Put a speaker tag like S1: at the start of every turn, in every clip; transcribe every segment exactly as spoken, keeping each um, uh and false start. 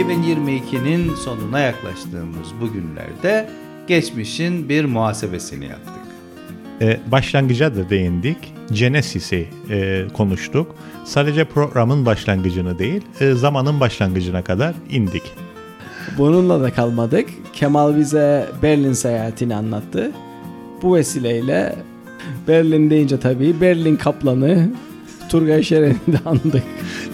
S1: iki bin yirmi ikinin sonuna yaklaştığımız bu günlerde geçmişin bir muhasebesini yaptık.
S2: Ee, başlangıca da değindik. Genesis'i e, konuştuk. Sadece programın başlangıcını değil, e, zamanın başlangıcına kadar indik.
S3: Bununla da kalmadık. Kemal bize Berlin seyahatini anlattı. Bu vesileyle Berlin deyince tabii Berlin Kaplanı Turgay Şeren'i de andık.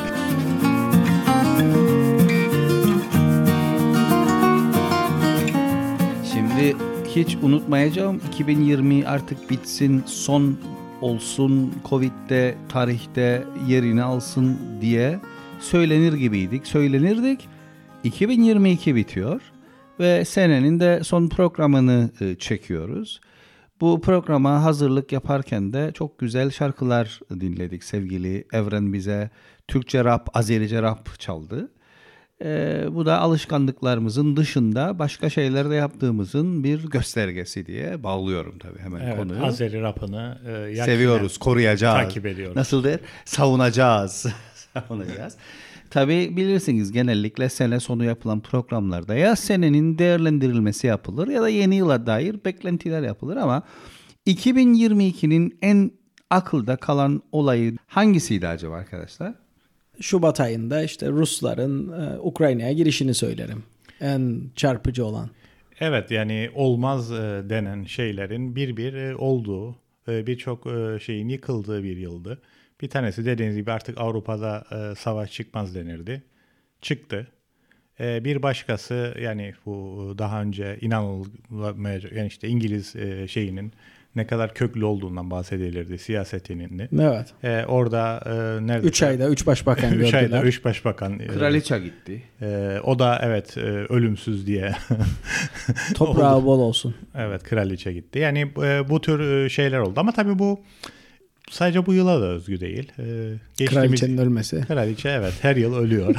S1: Şimdi hiç unutmayacağım, iki bin yirmi artık bitsin, son olsun, Covid'de tarihte yerini alsın diye söylenir gibiydik, söylenirdik. iki bin yirmi iki bitiyor ve senenin de son programını çekiyoruz. Bu programa hazırlık yaparken de çok güzel şarkılar dinledik. Sevgili Evren bize Türkçe rap, Azerice rap çaldı. Ee, bu da alışkanlıklarımızın dışında başka şeyler de yaptığımızın bir göstergesi diye bağlıyorum tabii hemen
S2: evet,
S1: konuyu.
S2: Azeri rapını e,
S1: seviyoruz, koruyacağız.
S2: Takip ediyoruz.
S1: Nasıl der? Savunacağız. Savunacağız. Tabii bilirsiniz, genellikle sene sonu yapılan programlarda ya senenin değerlendirilmesi yapılır ya da yeni yıla dair beklentiler yapılır ama iki bin yirmi ikinin en akılda kalan olayı hangisiydi acaba arkadaşlar?
S3: Şubat ayında işte Rusların e, Ukrayna'ya girişini söylerim. En çarpıcı olan.
S2: Evet, yani olmaz e, denen şeylerin bir bir e, olduğu, e, birçok e, şeyin yıkıldığı bir yıldı. Bir tanesi dediğiniz gibi artık Avrupa'da e, savaş çıkmaz denirdi. Çıktı. E, bir başkası, yani bu daha önce inanılmayacak, yani işte İngiliz e, şeyinin ne kadar köklü olduğundan bahsedilirdi, siyasetinin.
S3: Evet.
S2: E, orada e, nerede?
S3: üç ayda üç başbakan gördüler.
S2: üç ayda üç başbakan.
S1: Kraliçe gitti.
S2: E, o da evet e, ölümsüz diye.
S3: Toprağı bol olsun.
S2: Evet, kraliçe gitti. Yani e, bu tür şeyler oldu ama tabii bu sadece bu yıla da özgü değil. Ee, geçtiğimiz...
S3: Kraliçenin ölmesi.
S2: Kraliçe evet her yıl ölüyor.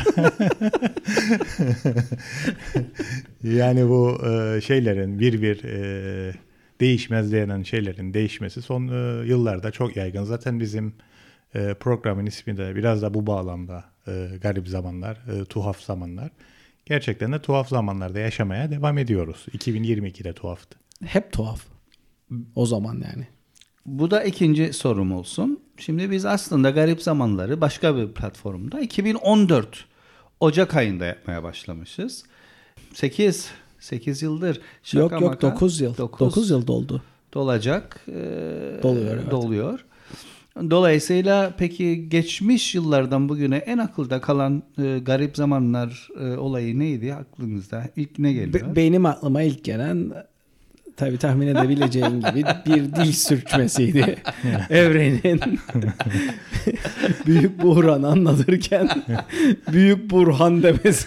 S2: Yani bu e, şeylerin bir bir e, değişmez denen şeylerin değişmesi son e, yıllarda çok yaygın. Zaten bizim e, programın ismi de biraz da bu bağlamda e, garip zamanlar, e, tuhaf zamanlar. Gerçekten de tuhaf zamanlarda yaşamaya devam ediyoruz. iki bin yirmi ikide tuhaftı.
S3: Hep tuhaf. O zaman yani.
S1: Bu da ikinci sorum olsun. Şimdi biz aslında garip zamanları başka bir platformda iki bin on dört Ocak ayında yapmaya başlamışız. sekiz sekiz yıldır. Şaka
S3: yok yok
S1: maka,
S3: dokuz yıl. dokuz yıl doldu.
S1: Dolacak. E,
S3: Doluyor. Evet.
S1: Doluyor. Dolayısıyla peki geçmiş yıllardan bugüne en akılda kalan e, garip zamanlar e, olayı neydi aklınızda? İlk ne geliyor?
S3: Be- benim aklıma ilk gelen, tabii tahmin edebileceğin gibi bir dil sürçmesiydi. Evrenin Büyük Burhan'ı anlatırken Büyük Burhan demesi.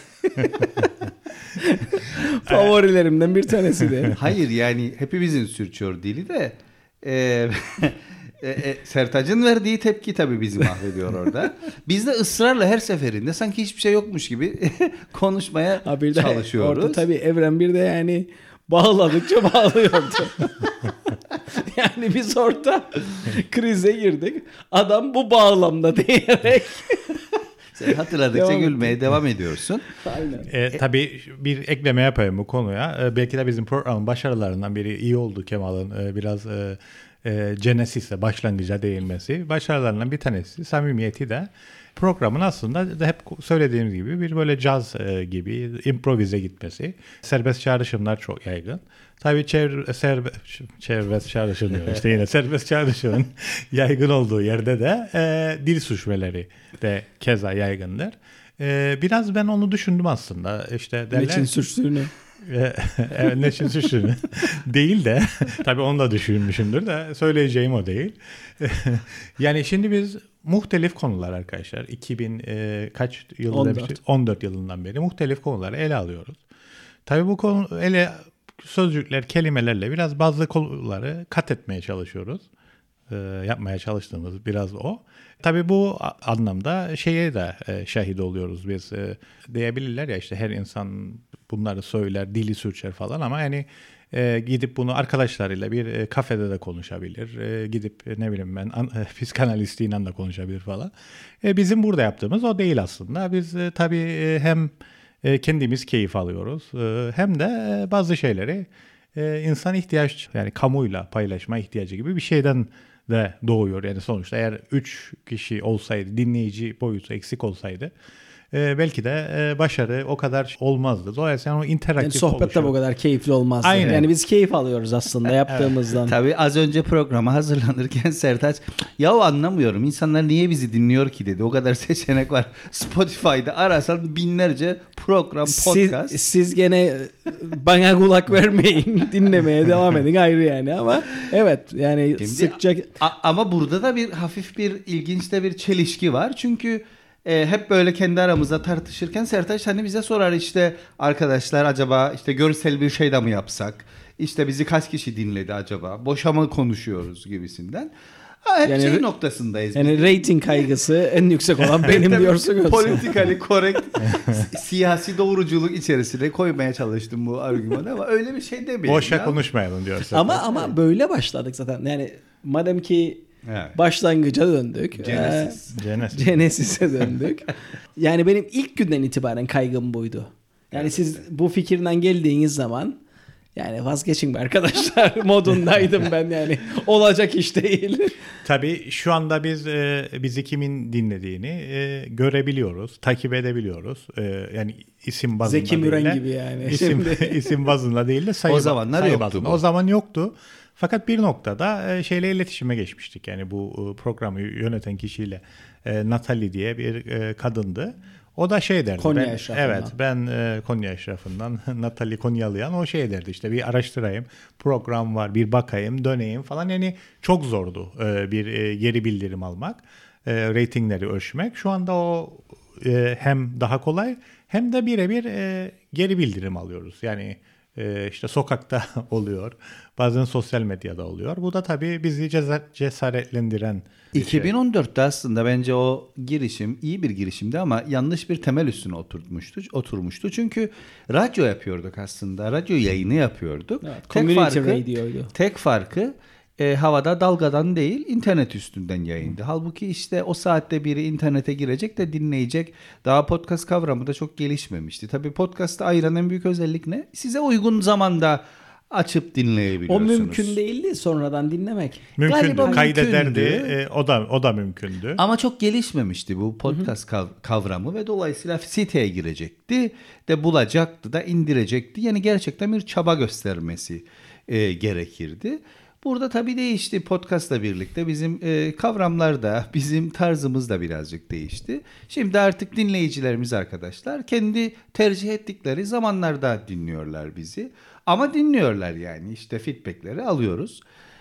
S3: Favorilerimden bir tanesidir.
S1: Hayır, yani hepimizin sürçüyor dili de e, e, e, Sertac'ın verdiği tepki tabii bizi mahvediyor orada. Biz de ısrarla her seferinde sanki hiçbir şey yokmuş gibi konuşmaya
S3: ha, bir de
S1: çalışıyoruz.
S3: Orada tabii Evren bir de yani bağladıkça bağlıyordu. Yani biz orada krize girdik. Adam bu bağlamda diyerek
S1: sen hatırladıkça
S3: devam
S1: gülmeye devam ediyorsun.
S3: Aynen.
S2: E, tabii bir ekleme yapayım bu konuya. E, belki de bizim programın başarılarından biri iyi oldu Kemal'ın e, biraz e, e, Genesis'e başlangıca değinmesi. Başarılarından bir tanesi samimiyeti de. Programın aslında hep söylediğimiz gibi bir böyle caz e, gibi improvize gitmesi. Serbest çağrışımlar çok yaygın. Tabii çevre, serbe, serbest çağrışım diyor. İşte yine serbest çağrışımın yaygın olduğu yerde de e, dil sürçmeleri de keza yaygındır. E, biraz ben onu düşündüm aslında. İşte derler,
S3: Neçin sürçtüğünü.
S2: Evet, neçin sürçtüğünü değil de tabii onu da düşünmüşümdür de söyleyeceğim o değil. Yani şimdi biz muhtelif konular arkadaşlar iki bin e, kaç yılında
S3: on dört.
S2: demiştik? on dört yılından beri muhtelif konuları ele alıyoruz. Tabii bu konu ele sözcükler, kelimelerle biraz bazı konuları kat etmeye çalışıyoruz. E, yapmaya çalıştığımız biraz o. Tabii bu anlamda şeye de e, şahit oluyoruz biz. E, diyebilirler ya işte her insan bunları söyler, dili sürçer falan ama yani e, gidip bunu arkadaşlarıyla bir e, kafede de konuşabilir. E, gidip e, ne bileyim ben an, e, psikanalistiyle de konuşabilir falan. E, bizim burada yaptığımız o değil aslında. Biz e, tabii e, hem e, kendimiz keyif alıyoruz. E, hem de e, bazı şeyleri e, insan ihtiyaç, yani kamuyla paylaşma ihtiyacı gibi bir şeyden de doğuyor. Yani sonuçta eğer üç kişi olsaydı, dinleyici boyutu eksik olsaydı e, belki de e, başarı o kadar olmazdı. Dolayısıyla o interaktif
S3: Yani sohbet
S2: oluşuyor.
S3: de bu kadar keyifli olmazdı.
S2: Aynen.
S3: Yani biz keyif alıyoruz aslında yaptığımızdan.
S1: Tabii az önce programa hazırlanırken Sertaç ya anlamıyorum insanlar niye bizi dinliyor ki dedi. O kadar seçenek var. Spotify'da arasan binlerce program, podcast.
S3: Siz, siz gene bana kulak vermeyin. Dinlemeye devam edin ayrı yani ama evet yani
S1: Şimdi,
S3: sıkça...
S1: A- ama burada da bir hafif bir ilginç de bir çelişki var. Çünkü e, hep böyle kendi aramızda tartışırken Sertaç hani bize sorar işte arkadaşlar acaba işte görsel bir şey de mi yapsak? İşte bizi kaç kişi dinledi acaba? Boşa mı konuşuyoruz gibisinden. Ha, hep
S3: Yani
S1: şey
S3: re-
S1: noktasındayız.
S3: Yani rating kaygısı en yüksek olan benim diyorsunuz.
S1: Politikali correct siyasi doğruculuk içerisine koymaya çalıştım bu argümanı ama öyle bir şey demeyelim.
S2: Boşa
S1: ya.
S2: konuşmayalım diyorsun.
S3: Ama ama böyle başladık zaten. Yani madem ki
S1: Evet.
S3: başlangıca döndük.
S1: Genesis.
S3: e,
S2: Genesis.
S3: Genesis'e döndük. Yani benim ilk günden itibaren kaygım buydu. Yani
S1: Evet.
S3: siz bu fikirden geldiğiniz zaman yani vazgeçin be arkadaşlar modundaydım ben yani. Olacak iş değil.
S2: Tabii şu anda biz e, bizi kimin dinlediğini e, görebiliyoruz, takip edebiliyoruz. E, yani isim bazında
S3: Zeki
S2: değil
S3: Müren
S2: de,
S3: gibi yani.
S2: isim
S3: Şimdi.
S2: isim bazında değil de sayı,
S1: O zamanlar
S2: sayı
S1: yoktu
S2: bazında.
S1: bu.
S2: O zaman yoktu. Fakat bir noktada e, şeyle iletişime geçmiştik. Yani bu e, programı yöneten kişiyle e, Natalie diye bir e, kadındı. O da şey derdi.
S3: Konya
S2: ben,
S3: eşrafından.
S2: Evet, ben e, Konya eşrafından Natalie Konyalıyan o şey derdi işte bir araştırayım, program var, bir bakayım, döneyim falan. Yani çok zordu e, bir e, geri bildirim almak, e, reytingleri ölçmek. Şu anda o e, hem daha kolay hem de birebir e, geri bildirim alıyoruz. Yani e, işte sokakta oluyor, bazen sosyal medyada oluyor. Bu da tabii bizi ceza- cesaretlendiren bir şey.
S1: iki bin on dörtte aslında bence o girişim iyi bir girişimdi ama yanlış bir temel üstüne oturmuştu. Oturmuştu. Çünkü radyo yapıyorduk aslında. Radyo yayını yapıyorduk.
S3: Evet,
S1: tek
S3: community
S1: farkı,
S3: radio'ydu.
S1: tek farkı e, havada dalgadan değil internet üstünden yayındı. Halbuki işte o saatte biri internete girecek de dinleyecek. Daha podcast kavramı da çok gelişmemişti. Tabii podcast'ı ayıran en büyük özellik ne? Size uygun zamanda açıp
S3: O
S1: dinleyebiliyorsunuz.
S3: mümkün değildi sonradan dinlemek.
S2: Mümkündü,
S1: Galiba
S2: kaydederdi.
S1: mümkündü.
S2: E, o da o da mümkündü.
S1: Ama çok gelişmemişti bu podcast kav- kavramı ve dolayısıyla siteye girecekti de bulacaktı da indirecekti. Yani gerçekten bir çaba göstermesi e, gerekirdi. Burada tabii değişti podcastla birlikte bizim e, kavramlar da bizim tarzımız da birazcık değişti. Şimdi artık dinleyicilerimiz arkadaşlar kendi tercih ettikleri zamanlarda dinliyorlar bizi. Ama dinliyorlar yani işte feedbackleri alıyoruz.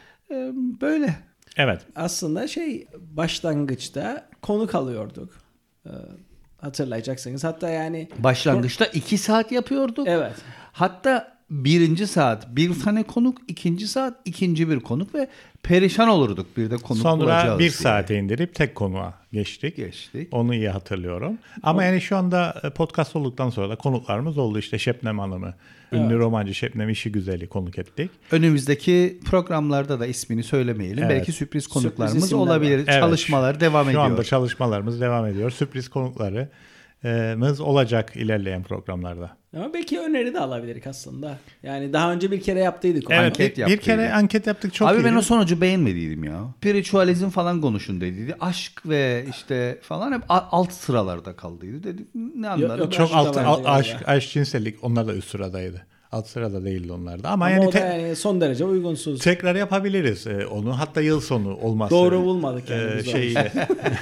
S1: E, böyle.
S2: Evet.
S3: Aslında şey başlangıçta konuk alıyorduk. Ee, hatırlayacaksınız. Hatta yani
S1: Başlangıçta iki saat yapıyorduk.
S3: evet.
S1: Hatta birinci saat bir tane konuk, ikinci saat ikinci bir konuk ve perişan olurduk bir de konuk
S2: Sonra
S1: bulacağız
S2: bir
S1: diye.
S2: saate indirip tek konuğa geçtik.
S1: Geçtik.
S2: Onu iyi hatırlıyorum. Ama yani şu anda podcast olduktan sonra da konuklarımız oldu. İşte Şebnem Hanım'ı, ünlü romancı Şebnem İşigüzel'i konuk ettik.
S1: Önümüzdeki programlarda da ismini söylemeyelim.
S2: Evet.
S1: Belki sürpriz konuklarımız
S3: isimler
S1: olabilir.
S3: var.
S2: Evet.
S1: Çalışmalar devam
S2: Şu
S1: ediyor.
S2: anda çalışmalarımız devam ediyor. Sürpriz konuklarımız olacak ilerleyen programlarda.
S3: Ama belki öneri de alabiliriz aslında. Yani daha önce bir kere yaptıydık onu.
S2: Evet,
S1: Anket
S2: bir, bir
S1: yaptıydık.
S2: kere anket yaptık, çok
S1: Abi
S2: iyiydi.
S1: ben o sonucu beğenmediydim ya. Spiritualizm falan konuşun dediydi. Aşk ve işte falan hep a- alt sıralarda kaldıydı. Dedik ne anlarım.
S3: yok,
S2: Çok
S3: Aşk da
S2: alt,
S3: vardı
S2: al-
S3: galiba.
S2: aşk, aşk, cinsellik onlar da üst sıradaydı. Alt sırada değildi onlar da. Ama,
S3: Ama
S2: yani,
S3: o da
S2: te-
S3: yani son derece uygunsuz.
S2: tekrar yapabiliriz e, onu. Hatta yıl sonu olmazsa.
S3: Doğru bulmadık yani
S2: e,
S3: biz onu.
S2: şeyle.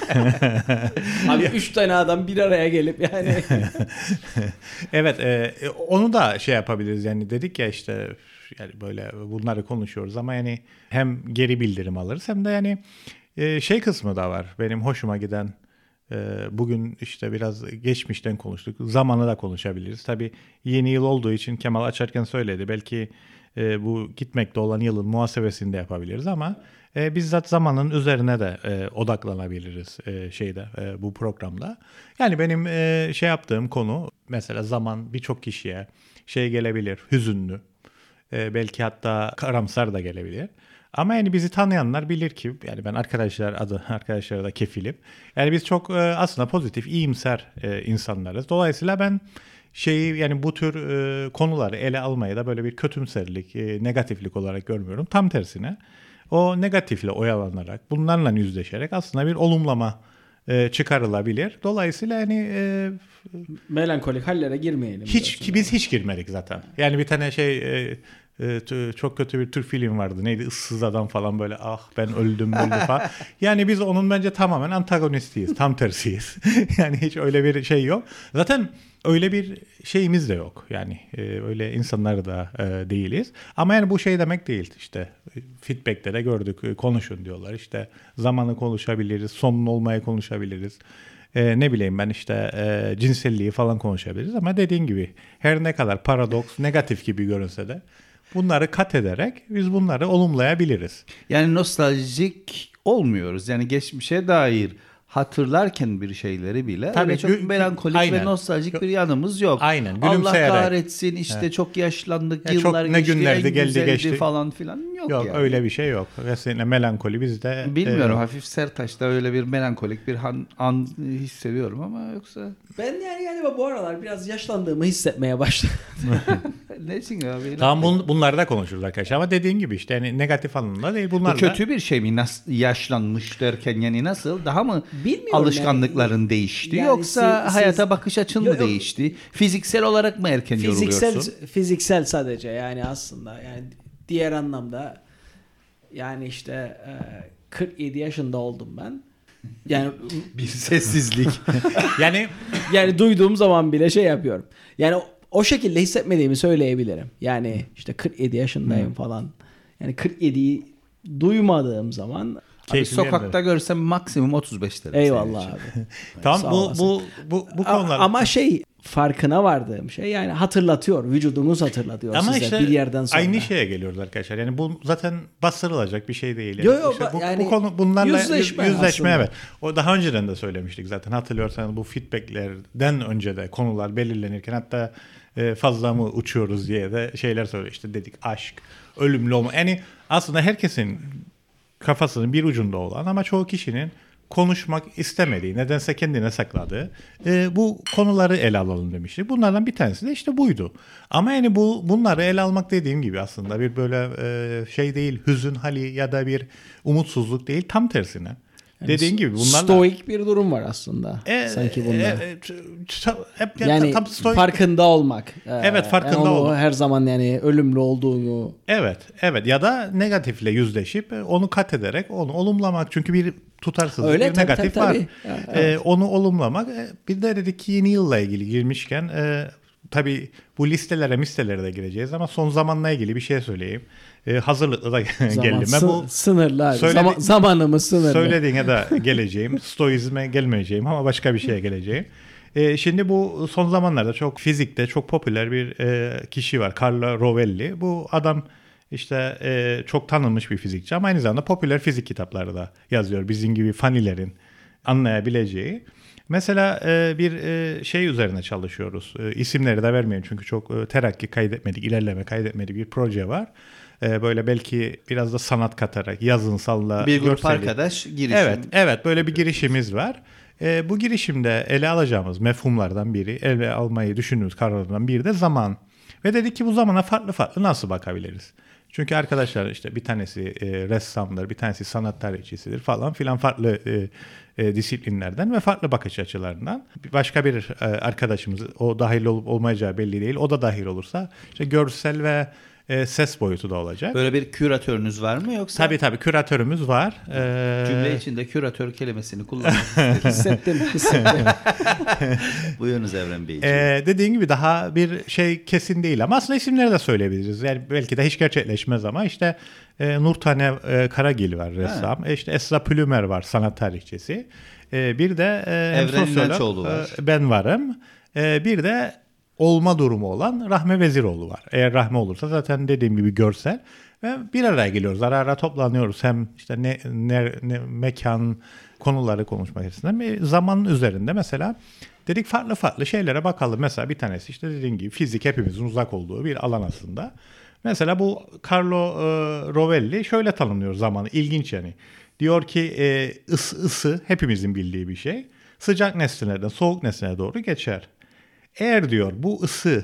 S3: Abi üç tane adam bir araya gelip yani.
S2: Evet, e, onu da şey yapabiliriz yani dedik ya işte yani böyle bunları konuşuyoruz ama yani hem geri bildirim alırız hem de yani e, şey kısmı da var benim hoşuma giden. e, bugün işte biraz geçmişten konuştuk, zamanı da konuşabiliriz. Tabii yeni yıl olduğu için Kemal açarken söyledi, belki e, bu gitmekte olan yılın muhasebesini de yapabiliriz ama e, bizzat zamanın üzerine de e, odaklanabiliriz e, şeyde e, bu programda. Yani benim e, şey yaptığım konu mesela zaman birçok kişiye şey gelebilir, hüzünlü, e, belki hatta karamsar da gelebilir. Ama yani bizi tanıyanlar bilir ki yani ben arkadaşlar adı arkadaşlara da kefilim. Yani biz çok e, aslında pozitif, iyimser e, insanlarız. Dolayısıyla ben şeyi yani bu tür e, konuları ele almayı da böyle bir kötümserlik, e, negatiflik olarak görmüyorum. Tam tersine o negatifle oyalanarak, bunlarla yüzleşerek aslında bir olumlama e, çıkarılabilir. Dolayısıyla hani e,
S3: melankolik hallere girmeyelim.
S2: hiç ki biz hiç girmedik zaten. Yani bir tane şey e, e, t- çok kötü bir Türk film vardı. Neydi? Issız Adam falan böyle ah ben öldüm öldüm falan. Yani biz onun bence tamamen antagonistiyiz. Tam tersiyiz. Yani hiç öyle bir şey yok. Zaten öyle bir şeyimiz de yok. Yani e, öyle insanlar da e, değiliz. Ama yani bu şey demek değil. İşte feedback'te de gördük. e, Konuşun diyorlar. İşte zamanı konuşabiliriz. Sonun olmayı konuşabiliriz. E, ne bileyim ben işte e, cinselliği falan konuşabiliriz. Ama dediğin gibi her ne kadar paradoks, negatif gibi görünse de bunları kat ederek biz bunları olumlayabiliriz.
S1: Yani nostaljik olmuyoruz. Yani geçmişe dair hatırlarken bir şeyleri bile
S2: Tabii,
S1: öyle çok
S2: gü-
S1: melankolik
S2: aynen.
S1: ve nostaljik bir yanımız yok.
S2: Aynen,
S1: Allah
S2: gülümseyerek.
S1: kahretsin işte çok yaşlandık,
S2: Ya çok
S1: yıllar
S2: ne
S1: geçti,
S2: günlerdi,
S1: en
S2: geldi,
S1: güzeldi
S2: geçti.
S1: falan filan yok,
S2: Yok
S1: yani.
S2: öyle bir şey yok. Kesinlikle melankoli bizde.
S1: Bilmiyorum
S2: e,
S1: hafif Sertaç'ta öyle bir melankolik bir han, an hissediyorum ama yoksa
S3: Ben yani galiba bu aralar biraz yaşlandığımı hissetmeye başladım.
S1: ne için abi?
S2: Tamam bun, bunları da konuşuruz arkadaşlar ama dediğin gibi işte yani negatif anlamda değil bunlar
S1: Bu kötü bir şey mi? Nasıl yaşlanmış derken yani nasıl? Daha mı
S3: Bilmiyorum
S1: alışkanlıkların değişti
S3: yani
S1: yoksa
S3: siz-
S1: hayata
S3: siz-
S1: bakış açın
S3: Yok,
S1: mı
S3: yok.
S1: değişti? Fiziksel olarak mı erken
S3: Fiziksel
S1: yoruluyorsun?
S3: fiziksel sadece yani aslında yani diğer anlamda yani işte e, kırk yedi yaşında oldum ben. Yani
S1: Bir sessizlik.
S2: yani
S3: yani duyduğum zaman bile şey yapıyorum. Yani o, o şekilde hissetmediğimi söyleyebilirim. Yani işte kırk yedi yaşındayım falan. Yani kırk yediyi duymadığım zaman
S1: Abi
S2: keyfim
S1: sokakta
S2: yerinde.
S1: görsem maksimum otuz beş derim.
S3: eyvallah abi.
S2: Tamam
S3: Sağ
S2: bu
S3: olasın.
S2: bu bu bu
S3: A-
S2: konular.
S3: Ama şey farkına vardığım şey yani hatırlatıyor. Vücudunuz hatırlatıyor
S2: Ama
S3: size
S2: işte
S3: bir yerden sonra.
S2: aynı şeye geliyoruz arkadaşlar. Yani bu zaten bastırılacak bir şey değil. Yani
S3: Yo, yo,
S2: İşte
S3: ba-
S2: bu,
S3: yani
S2: bu konu bunlarla
S3: yüzleşme
S2: yüzleşme, yüzleşme
S3: aslında.
S2: evet. O daha önceden de söylemiştik zaten. Hatırlıyorsanız bu feedbacklerden önce de konular belirlenirken hatta e, fazla mı uçuyoruz diye de şeyler söyle işte dedik aşk, ölümlü olma. Yani aslında herkesin kafasının bir ucunda olan ama çoğu kişinin konuşmak istemediği, nedense kendine sakladığı e, bu konuları ele alalım demiştik. Bunlardan bir tanesi de işte buydu. Ama yani bu bunları ele almak dediğim gibi aslında bir böyle e, şey değil, hüzün hali ya da bir umutsuzluk değil, tam tersine.
S3: Yani
S2: Dediğin gibi bunlarla
S3: stoik bir durum var aslında.
S2: E,
S3: sanki bunda.
S2: e, e, t- t- hep yani,
S3: yani
S2: tam stoik-
S3: farkında olmak.
S2: Evet, farkında
S3: yani onu
S2: olmak.
S3: her zaman yani ölümlü olduğunu.
S2: Evet, evet ya da negatifle yüzleşip e, onu kat ederek onu olumlamak. Çünkü bir tutarsızlık,
S3: Öyle,
S2: bir
S3: tabii,
S2: negatif
S3: tabii,
S2: var.
S3: tabii. Ya,
S2: E,
S3: evet.
S2: onu olumlamak. E, bir de dedik ki yeni yılla ilgili girmişken e, tabii bu listelere mistelere de gireceğiz ama son zamanla ilgili bir şey söyleyeyim. E, hazırlıklı da
S3: Zaman
S2: geldim. Ben
S3: sı-
S2: bu
S3: sınırlı abi.
S2: Söyledi-
S3: Zaman, zamanımız sınırlı.
S2: söylediğine de geleceğim. Stoizme gelmeyeceğim ama başka bir şeye geleceğim. E, şimdi bu son zamanlarda çok fizikte çok popüler bir e, kişi var. Carlo Rovelli. Bu adam işte e, çok tanınmış bir fizikçi ama aynı zamanda popüler fizik kitapları da yazıyor. Bizim gibi fanilerin anlayabileceği. Mesela e, bir e, şey üzerine çalışıyoruz. E, isimleri de vermeyeyim çünkü çok e, terakki kaydetmedik, ilerleme kaydetmedik bir proje var. E, böyle belki biraz da sanat katarak yazınsalla
S1: Bir grup
S2: görsellik-
S1: arkadaş girişim.
S2: Evet, evet böyle bir girişimiz var. E, bu girişimde ele alacağımız mefhumlardan biri, ele almayı düşündüğümüz kararlardan biri de zaman. Ve dedik ki bu zamana farklı farklı nasıl bakabiliriz? Çünkü arkadaşlar işte bir tanesi e, ressamdır, bir tanesi sanat tarihçisidir falan filan farklı e, e, disiplinlerden ve farklı bakış açılarından. Başka bir e, arkadaşımız o dahil olup olmayacağı belli değil. O da dahil olursa işte görsel ve e, ses boyutu da olacak.
S1: Böyle bir küratörünüz var mı yoksa?
S2: Tabii tabii küratörümüz var. Ee,
S1: Cümle içinde küratör kelimesini kullanmak.
S3: Hissettim, hissettim.
S1: Buyurunuz Evren Beyciğim.
S2: Ee, dediğin gibi daha bir şey kesin değil ama aslında isimleri de söyleyebiliriz. Yani belki de hiç gerçekleşmez ama işte e, Nurtane e, Karagil var ressam. E, işte Esra Plümer var sanat tarihçisi. E, bir de e, hem
S1: Evren
S2: sosyolog,
S1: İnançoğlu var.
S2: e, ben varım. E, bir de olma durumu olan Rahme Veziroğlu var. Eğer Rahme olursa zaten dediğim gibi görsel. Ve bir araya geliyoruz. Ara ara toplanıyoruz. Hem işte ne, ne, ne mekan konuları konuşmak açısından. Bir zamanın üzerinde mesela dedik farklı farklı şeylere bakalım. Mesela bir tanesi işte dediğim gibi fizik hepimizin uzak olduğu bir alan aslında. Mesela bu Carlo e, Rovelli şöyle tanımlıyor zamanı. İlginç yani. Diyor ki e, ısı, ısı hepimizin bildiği bir şey. Sıcak nesnelerden soğuk nesnelere doğru geçer. Eğer diyor bu ısı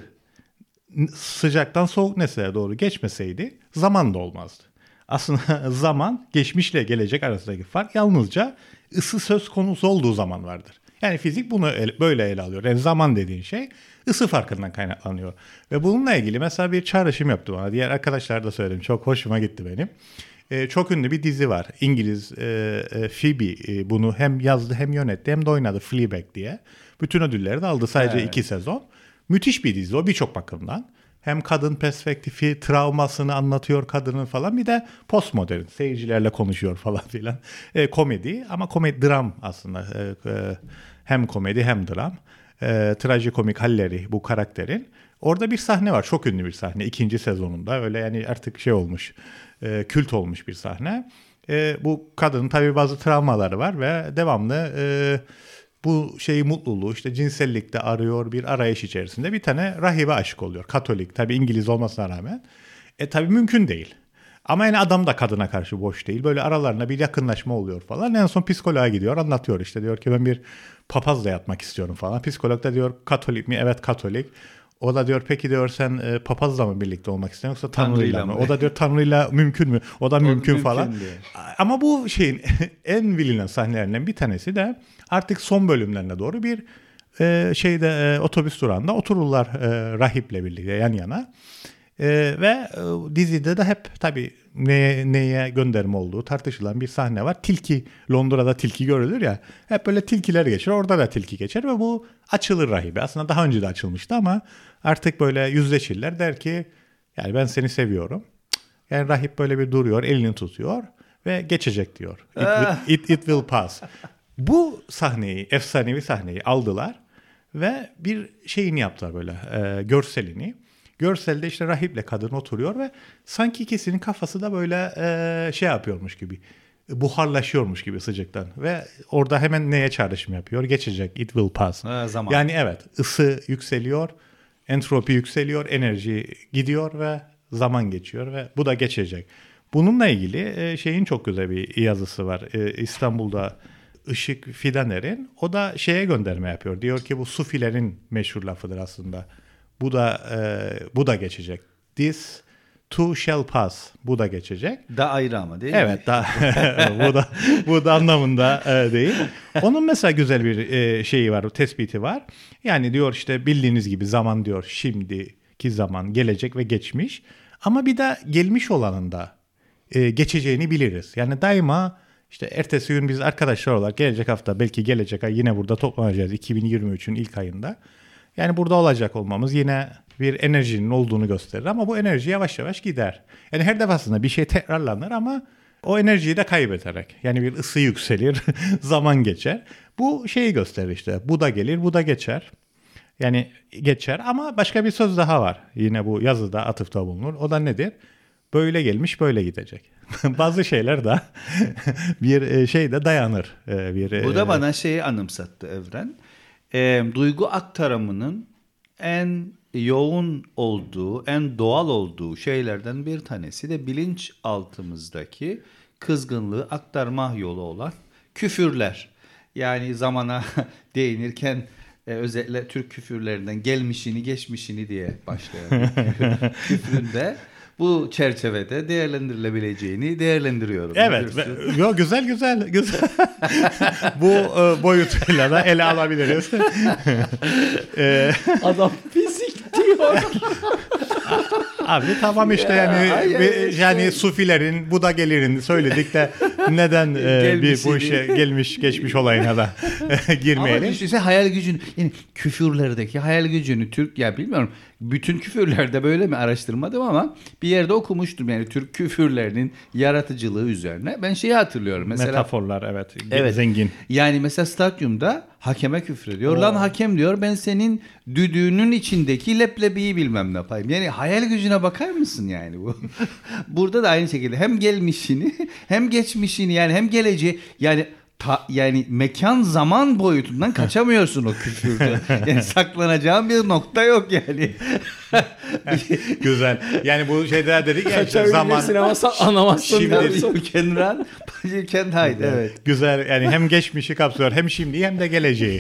S2: sıcaktan soğuk nesnelere doğru geçmeseydi zaman da olmazdı. Aslında zaman geçmişle gelecek arasındaki fark yalnızca ısı söz konusu olduğu zaman vardır. Yani fizik bunu ele, böyle ele alıyor. Yani zaman dediğin şey ısı farkından kaynaklanıyor. Ve bununla ilgili mesela bir çağrışım yaptı bana. Diğer arkadaşlar da söyledim. Çok hoşuma gitti benim. Ee, çok ünlü bir dizi var. İngiliz e, e, Phoebe e, bunu hem yazdı hem yönetti hem de oynadı. Fleabag diye. Bütün ödülleri de aldı sadece evet. iki sezon. Müthiş bir dizi o birçok bakımdan. Hem kadın perspektifi, travmasını anlatıyor kadının falan. Bir de postmodern, seyircilerle konuşuyor falan filan. E, komedi ama komedi dram aslında. E, e, hem komedi hem dram. E, trajikomik halleri bu karakterin. Orada bir sahne var. Çok ünlü bir sahne. İkinci sezonunda. Öyle yani artık şey olmuş. E, kült olmuş bir sahne. E, bu kadının tabii bazı travmaları var ve devamlı... E, bu şeyi mutluluğu işte cinsellikte arıyor bir arayış içerisinde bir tane rahibe aşık oluyor. Katolik tabii İngiliz olmasına rağmen. E tabii mümkün değil. Ama yani adam da kadına karşı boş değil. Böyle aralarında bir yakınlaşma oluyor falan. En son psikoloğa gidiyor anlatıyor işte. Diyor ki ben bir papazla yatmak istiyorum falan. Psikolog da diyor Katolik mi? Evet Katolik. O da diyor peki diyor sen e, papazla mı birlikte olmak istiyorsun yoksa Tanrı'yla mı? O da diyor Tanrı'yla mümkün mü? O da o mümkün, mümkün falan. Diye. Ama bu şeyin en bilinen sahnelerinden bir tanesi de artık son bölümlerine doğru bir e, şeyde e, otobüs durağında otururlar e, rahiple birlikte yan yana. E, ve e, dizide de hep tabii neye, neye gönderme olduğu tartışılan bir sahne var. Tilki, Londra'da tilki görülür ya. Hep böyle tilkiler geçer. Orada da tilki geçer ve bu açılır rahibe. Aslında daha önce de açılmıştı ama artık böyle yüzleşirler. Der ki yani ben seni seviyorum. Yani rahip böyle bir duruyor, elini tutuyor ve geçecek diyor. It, it, it will pass. Bu sahneyi, efsanevi sahneyi aldılar ve bir şeyini yaptılar böyle e, görselini. Görselde işte rahiple kadın oturuyor ve sanki ikisinin kafası da böyle e, şey yapıyormuş gibi, buharlaşıyormuş gibi sıcaktan. Ve orada hemen neye çağrışım yapıyor? Geçecek, it will pass.
S1: Ha, zaman.
S2: Yani evet, ısı yükseliyor, entropi yükseliyor, enerji gidiyor ve zaman geçiyor ve bu da geçecek. Bununla ilgili e, şeyin çok güzel bir yazısı var. E, İstanbul'da Işık Fidaner'in. O da şeye gönderme yapıyor. Diyor ki bu Sufilerin meşhur lafıdır aslında. Bu da e, bu da geçecek. This too shall pass. Bu da geçecek.
S1: Da ayrı ama değil
S2: evet,
S1: mi?
S2: Evet, da bu da bu da anlamında e, değil. Onun mesela güzel bir e, şeyi var, tespiti var. Yani diyor işte bildiğiniz gibi zaman diyor şimdiki zaman, gelecek ve geçmiş. Ama bir de gelmiş olanın da e, geçeceğini biliriz. Yani daima işte ertesi gün biz arkadaşlar olarak gelecek hafta belki gelecek ay yine burada toplanacağız iki bin yirmi üçün ilk ayında. Yani burada olacak olmamız yine bir enerjinin olduğunu gösterir ama bu enerji yavaş yavaş gider. Yani her defasında bir şey tekrarlanır ama o enerjiyi de kaybederek. Yani bir ısı yükselir, zaman geçer. Bu şeyi gösterir işte. Bu da gelir, bu da geçer. Yani geçer ama başka bir söz daha var. Yine bu yazıda atıfta bulunur. O da nedir? Böyle gelmiş, böyle gidecek. Bazı şeyler de bir şeyde dayanır. Bir,
S1: bu da bana şeyi anımsattı Evren. E, duygu aktarımının en yoğun olduğu, en doğal olduğu şeylerden bir tanesi de bilinçaltımızdaki kızgınlığı aktarma yolu olan küfürler. Yani zamana değinirken e, özellikle Türk küfürlerinden gelmişini geçmişini diye başlayan küfründe bu çerçevede değerlendirilebileceğini değerlendiriyorum.
S2: Evet. Ve, yo, güzel güzel güzel. Bu e, boyutuyla da ele alabiliriz. e,
S3: Adam fizik diyor.
S2: Abi tamam işte yani
S3: Ya,
S2: bir, yani şey. Sufilerin bu da gelirin söyledik de neden e, bir bu işe gelmiş geçmiş olayına da girmeyelim.
S1: Ama düşünsene hayal gücünü, yani küfürlerdeki hayal gücünü Türk, ya bilmiyorum bütün küfürlerde böyle mi araştırmadım ama bir yerde okumuştum yani Türk küfürlerinin yaratıcılığı üzerine. Ben şeyi hatırlıyorum mesela.
S2: Metaforlar evet,
S1: evet
S2: zengin.
S1: Yani mesela stadyumda hakeme küfrediyor. Oo. Lan hakem diyor ben senin düdüğünün içindeki leblebiyi bilmem ne yapayım. Yani hayal gücüne bakar mısın yani bu? Burada da aynı şekilde hem gelmişini hem geçmişini yani hem geleceği yani ta, yani mekan zaman boyutundan kaçamıyorsun o küfürde. Yani saklanacağın bir nokta yok yani.
S2: Güzel. Yani bu şeyde dedik ya işte
S3: Kaçabilirsin
S2: zaman.
S3: ama sen anlamazsın.
S2: Şimdi-
S3: dersin.
S1: You can run, but you can't hide. Evet.
S2: Güzel, yani hem geçmişi kapsıyor hem şimdiyi hem de geleceği.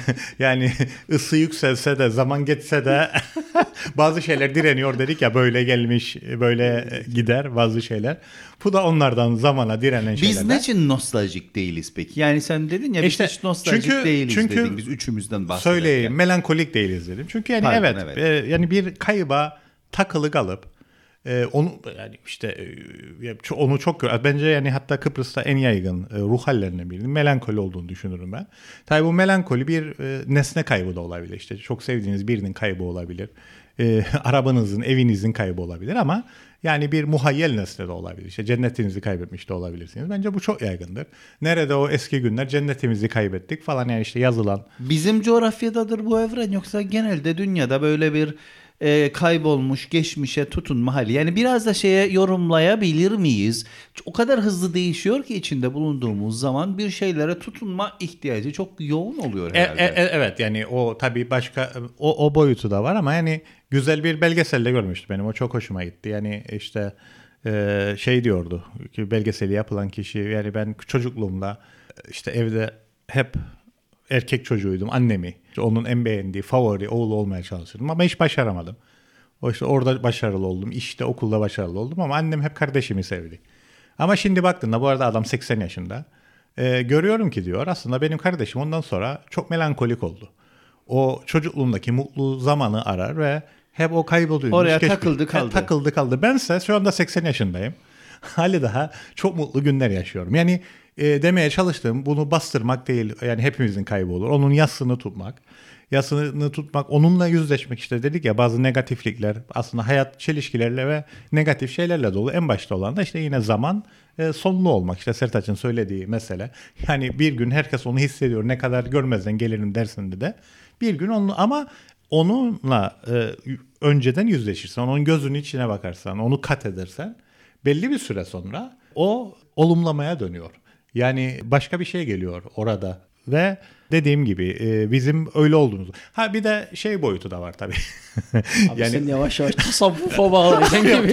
S2: Yani ısı yükselse de zaman geçse de bazı şeyler direniyor dedik ya, böyle gelmiş böyle gider bazı şeyler. Bu da onlardan zamana direnen şeyler.
S1: Biz niçin nostaljik değiliz peki? Yani sen dedin ya biz
S2: İşte
S1: hiç nostaljik
S2: çünkü-
S1: değiliz
S2: çünkü-
S1: dedin. Biz üçümüzden bahsederken.
S2: Söyleyeyim, melankolik değiliz dedim. Çünkü yani
S1: Pardon,
S2: evet,
S1: evet.
S2: e, yani bir kayba takılı kalıp e, onu yani işte e, ço- onu çok gör- bence yani hatta Kıbrıs'ta en yaygın e, ruh hallerinden birinin melankoli olduğunu düşünürüm ben. Tabii bu melankoli bir e, nesne kaybı da olabilir. İşte çok sevdiğiniz birinin kaybı olabilir. E, arabanızın, evinizin kaybı olabilir ama yani bir muhayyel nesne de olabilir. İşte cennetinizi kaybetmiş de olabilirsiniz. Bence bu çok yaygındır. Nerede o eski günler, cennetimizi kaybettik falan, yani işte yazılan.
S1: Bizim coğrafyadadır bu evren, yoksa genelde dünyada böyle bir e, kaybolmuş geçmişe tutunma hali. Yani biraz da şeye yorumlayabilir miyiz? O kadar hızlı değişiyor ki içinde bulunduğumuz zaman bir şeylere tutunma ihtiyacı çok yoğun oluyor
S2: E,
S1: herhalde.
S2: e, e, evet yani o tabii başka o, o boyutu da var ama yani güzel bir belgeselde görmüştüm benim, o çok hoşuma gitti. Yani işte e, şey diyordu ki belgeseli yapılan kişi, yani ben çocukluğumda işte evde hep erkek çocuğuydum, annemi işte onun en beğendiği favori oğlu olmaya çalışırdım ama hiç başaramadım. O işte orada başarılı oldum, işte okulda başarılı oldum ama annem hep kardeşimi sevdi. Ama şimdi baktığında bu arada adam seksen yaşında. Ee, görüyorum ki diyor aslında benim kardeşim ondan sonra çok melankolik oldu. O çocukluğundaki mutlu zamanı arar ve hep o kayboluyor.
S1: Oraya
S2: Geçmiş-
S1: takıldı kaldı.
S2: He, takıldı kaldı. Bense şu anda seksen yaşındayım. Hali daha çok mutlu günler yaşıyorum. Yani e, demeye çalıştığım bunu bastırmak değil. Yani hepimizin kaybı olur. Onun yasını tutmak. Yasını tutmak, onunla yüzleşmek, işte dedik ya bazı negatiflikler aslında hayat çelişkilerle ve negatif şeylerle dolu. En başta olan da işte yine zaman e, sonlu olmak, işte Sertaç'ın söylediği mesele. Yani bir gün herkes onu hissediyor, ne kadar görmezden gelirim dersinde de bir gün onu, ama onunla e, önceden yüzleşirsen, onun gözünün içine bakarsan, onu kat edersen belli bir süre sonra o olumlamaya dönüyor. Yani başka bir şey geliyor orada ve dediğim gibi e, bizim öyle olduğumuz. Ha bir de şey boyutu da var tabii.
S3: Abi sen yavaş yavaş tasavvufa bağlayacaksın gibi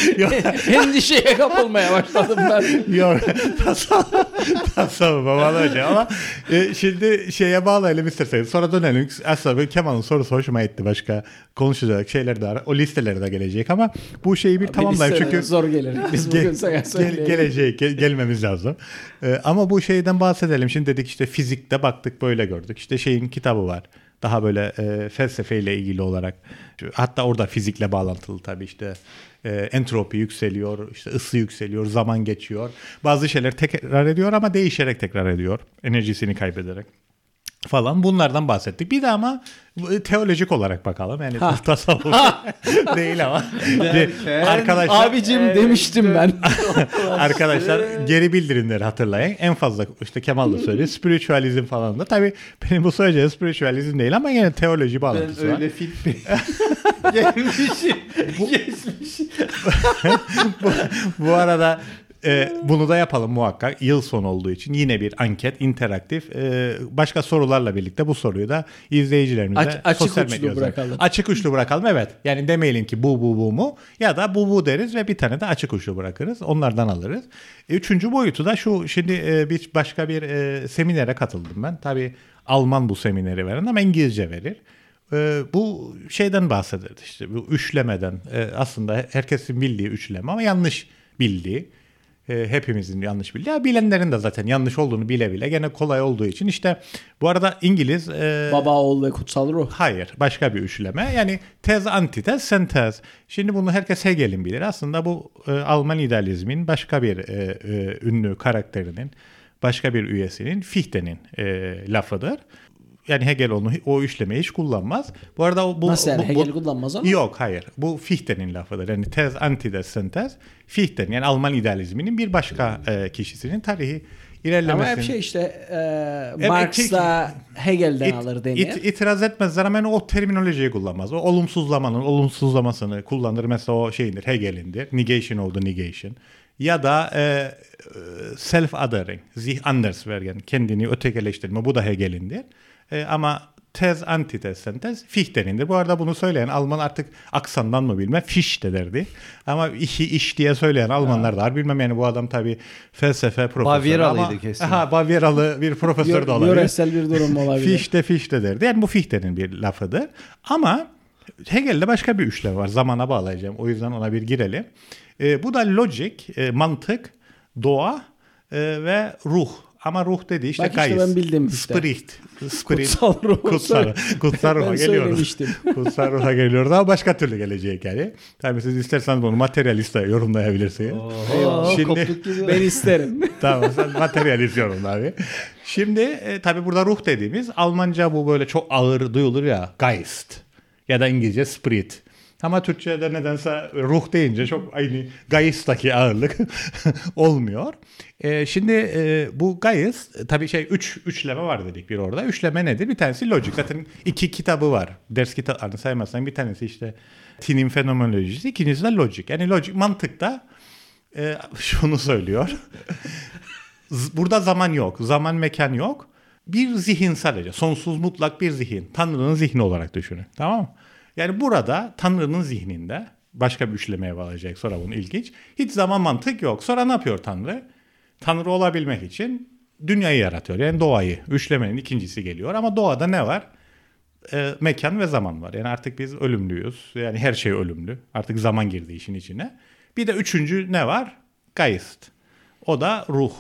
S3: bir endişeye kapılmaya başladım ben.
S2: Yok, tasavvuf, tasavvuf bağlayacağım ama e, şimdi şeye bağlayalım isterseniz. Sonra dönelim. Aslında Kemal'in sorusu hoşuma gitti. Başka konuşacak şeyler de var. O listeleri de gelecek ama bu şeyi bir tamamlayayım. Çünkü
S3: zor gelir. Biz bugün
S2: Gel,
S3: sana
S2: gel,
S3: söyleyelim.
S2: gelecek, gel- gelmemiz lazım. Ee, ama bu şeyden bahsedelim. Şimdi dedik işte fizikte baktık, böyle gördük. İşte şeyin kitabı var. Daha böyle e, felsefeyle ilgili olarak. Hatta orada fizikle bağlantılı tabii, işte e, entropi yükseliyor, işte ısı yükseliyor, zaman geçiyor. Bazı şeyler tekrar ediyor ama değişerek tekrar ediyor. Enerjisini kaybederek falan, bunlardan bahsettik. Bir de ama teolojik olarak bakalım. Yani tasavvuf değil ama.
S1: Derken-
S2: Arkadaşlar
S3: Abicim demiştim ben.
S2: Arkadaşlar geri bildirimleri hatırlayın. En fazla işte Kemal da söyledi. Spiritualizm falan da. Tabii benim bu söyleyeceğim spiritualizm değil ama yine teoloji
S1: Ben
S2: bağlantısı var.
S1: öyle fit bir gelmişim. Geçmişim.
S2: bu, bu arada e, bunu da yapalım muhakkak. Yıl sonu olduğu için yine bir anket, interaktif. E, başka sorularla birlikte bu soruyu da izleyicilerimize
S3: Aç- açık
S2: sosyal
S3: uçlu
S2: medya üzerinden-
S3: bırakalım.
S2: Açık uçlu bırakalım, evet. Yani demeyelim ki bu bu bu mu, ya da bu bu deriz ve bir tane de açık uçlu bırakırız. Onlardan alırız. E, üçüncü boyutu da şu, şimdi e, bir başka bir e, seminere katıldım ben. Tabii Alman bu semineri veren ama İngilizce verir. Ee, bu şeyden bahsederdi, işte bu üçlemeden, ee, aslında herkesin bildiği üçleme ama yanlış bildiği, ee, hepimizin yanlış bildiği, ya bilenlerin de zaten yanlış olduğunu bile bile gene kolay olduğu için, işte bu arada İngiliz e,
S3: Baba, oğul ve kutsal ruh.
S2: hayır, başka bir üçleme, yani tez, antitez, sentez. Şimdi bunu herkes Hegel'in bilir. Aslında bu e, Alman idealizmin başka bir e, e, ünlü karakterinin, başka bir üyesinin, Fichte'nin e, lafıdır. Yani Hegel onu, o üçlemeyi hiç kullanmaz. Bu arada o, bu,
S3: Nasıl yani?
S2: bu,
S3: Hegel
S2: bu,
S3: kullanmaz ama.
S2: Yok, hayır. Bu Fichte'nin lafıdır. Yani tez, antitez, sentez. Fichte'nin, yani Alman idealizminin bir başka e, kişisinin tarihi ilerlemesini.
S3: Ama hep şey işte e, Marx'la Hegel'den
S2: İt-
S3: alır denir.
S2: it- itiraz etmezler ama yani o terminolojiyi kullanmaz. O olumsuzlamanın olumsuzlamasını kullanır. Mesela o şeyindir, Hegel'indir. Negation of the negation. Ya da e, self-othering, sich anders werden, kendini ötekileştirme. Bu da Hegel'indir. E, ama tez, antitez, sentez Fichte'nindir. Bu arada bunu söyleyen Alman artık aksandan mı bilmem Fichte derdi. Ama işi iş diye söyleyen Almanlar da var. Bilmem yani bu adam tabii felsefe profesörü.
S1: Bavyeralıydı
S2: ama,
S1: kesin.
S2: Aha, Bavyeralı bir profesör de olabilir.
S3: Yöresel bir durum olabilir.
S2: Fichte, Fichte derdi. Yani bu Fichte'nin bir lafıdır. Ama Hegel'de başka bir üçlem var. Zamana bağlayacağım. O yüzden ona bir girelim. E, bu da logic, e, mantık, doğa e, ve ruh. Ama ruh dediği işte
S3: Bak işte
S2: Geist.
S3: ben bildim işte.
S2: Spirit. Spirit.
S3: Kutsal ruh.
S2: Kutsal, kutsal ruha
S3: Ben
S2: geliyoruz.
S3: söylemiştim.
S2: Kutsal ruha geliyoruz ama başka türlü gelecek yani. Tabii siz isterseniz bunu materyalist de yorumlayabilirsiniz.
S1: Eyvallah.
S2: Şimdi
S3: Ben isterim.
S2: tamam sen materyalist yorumla abi. Şimdi e, tabii burada ruh dediğimiz Almanca bu böyle çok ağır duyulur ya. Geist. Ya da İngilizce spirit. Ama Türkçe'de nedense ruh deyince çok aynı Geist'taki ağırlık olmuyor. E, şimdi e, bu Geist tabii şey üç üçleme var dedik bir orada. Üçleme nedir? Bir tanesi logic. Zaten iki kitabı var. Ders kitabını saymazsan bir tanesi işte Tin'in fenomenolojisi, ikincisi de logic. Yani logic mantıkta e, şunu söylüyor. Burada zaman yok. Zaman mekan yok. Bir zihin sadece. Sonsuz mutlak bir zihin. Tanrı'nın zihni olarak düşünün. Tamam mı? Yani burada Tanrı'nın zihninde başka bir üçlemeye bağlayacak sonra bunun ilginç. Hiç zaman mantık yok. Sonra ne yapıyor Tanrı? Tanrı olabilmek için dünyayı yaratıyor. Yani doğayı. Üçlemenin ikincisi geliyor. Ama doğada ne var? E, mekan ve zaman var. Yani artık biz ölümlüyüz. Yani her şey ölümlü. Artık zaman girdi işin içine. Bir de üçüncü ne var? Geist. O da ruh.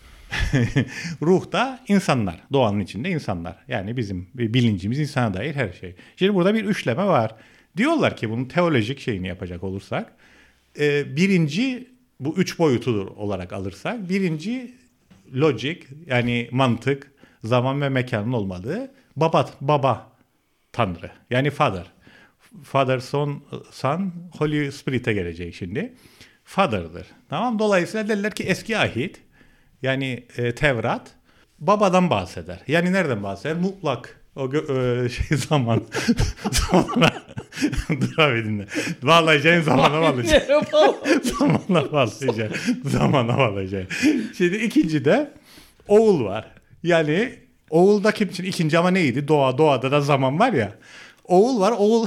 S2: Ruh da insanlar. Doğanın içinde insanlar. Yani bizim bilincimiz insana dair her şey. Şimdi burada bir üçleme var. Diyorlar ki bunun teolojik şeyini yapacak olursak e, birinci bu üç boyutudur olarak alırsak birinci logic yani mantık, zaman ve mekanın olmadığı baba, baba Tanrı. Yani Father. Father, Son, Son, Holy Spirit'e gelecek şimdi. Father'dır. Tamam. Dolayısıyla derler ki eski ahit yani e, Tevrat babadan bahseder. Yani nereden bahseder? Mutlak o gö- e, şey zaman zamana dur abi dinle. Bağlayacağın zamana bağlayacaksın. Zamana bağlayacaksın. Zamana bağlayacaksın. Şimdi ikinci de oğul var. Yani oğul da kim için? İkinci ama neydi? Doğa. Doğada da zaman var ya. Oğul var. Oğul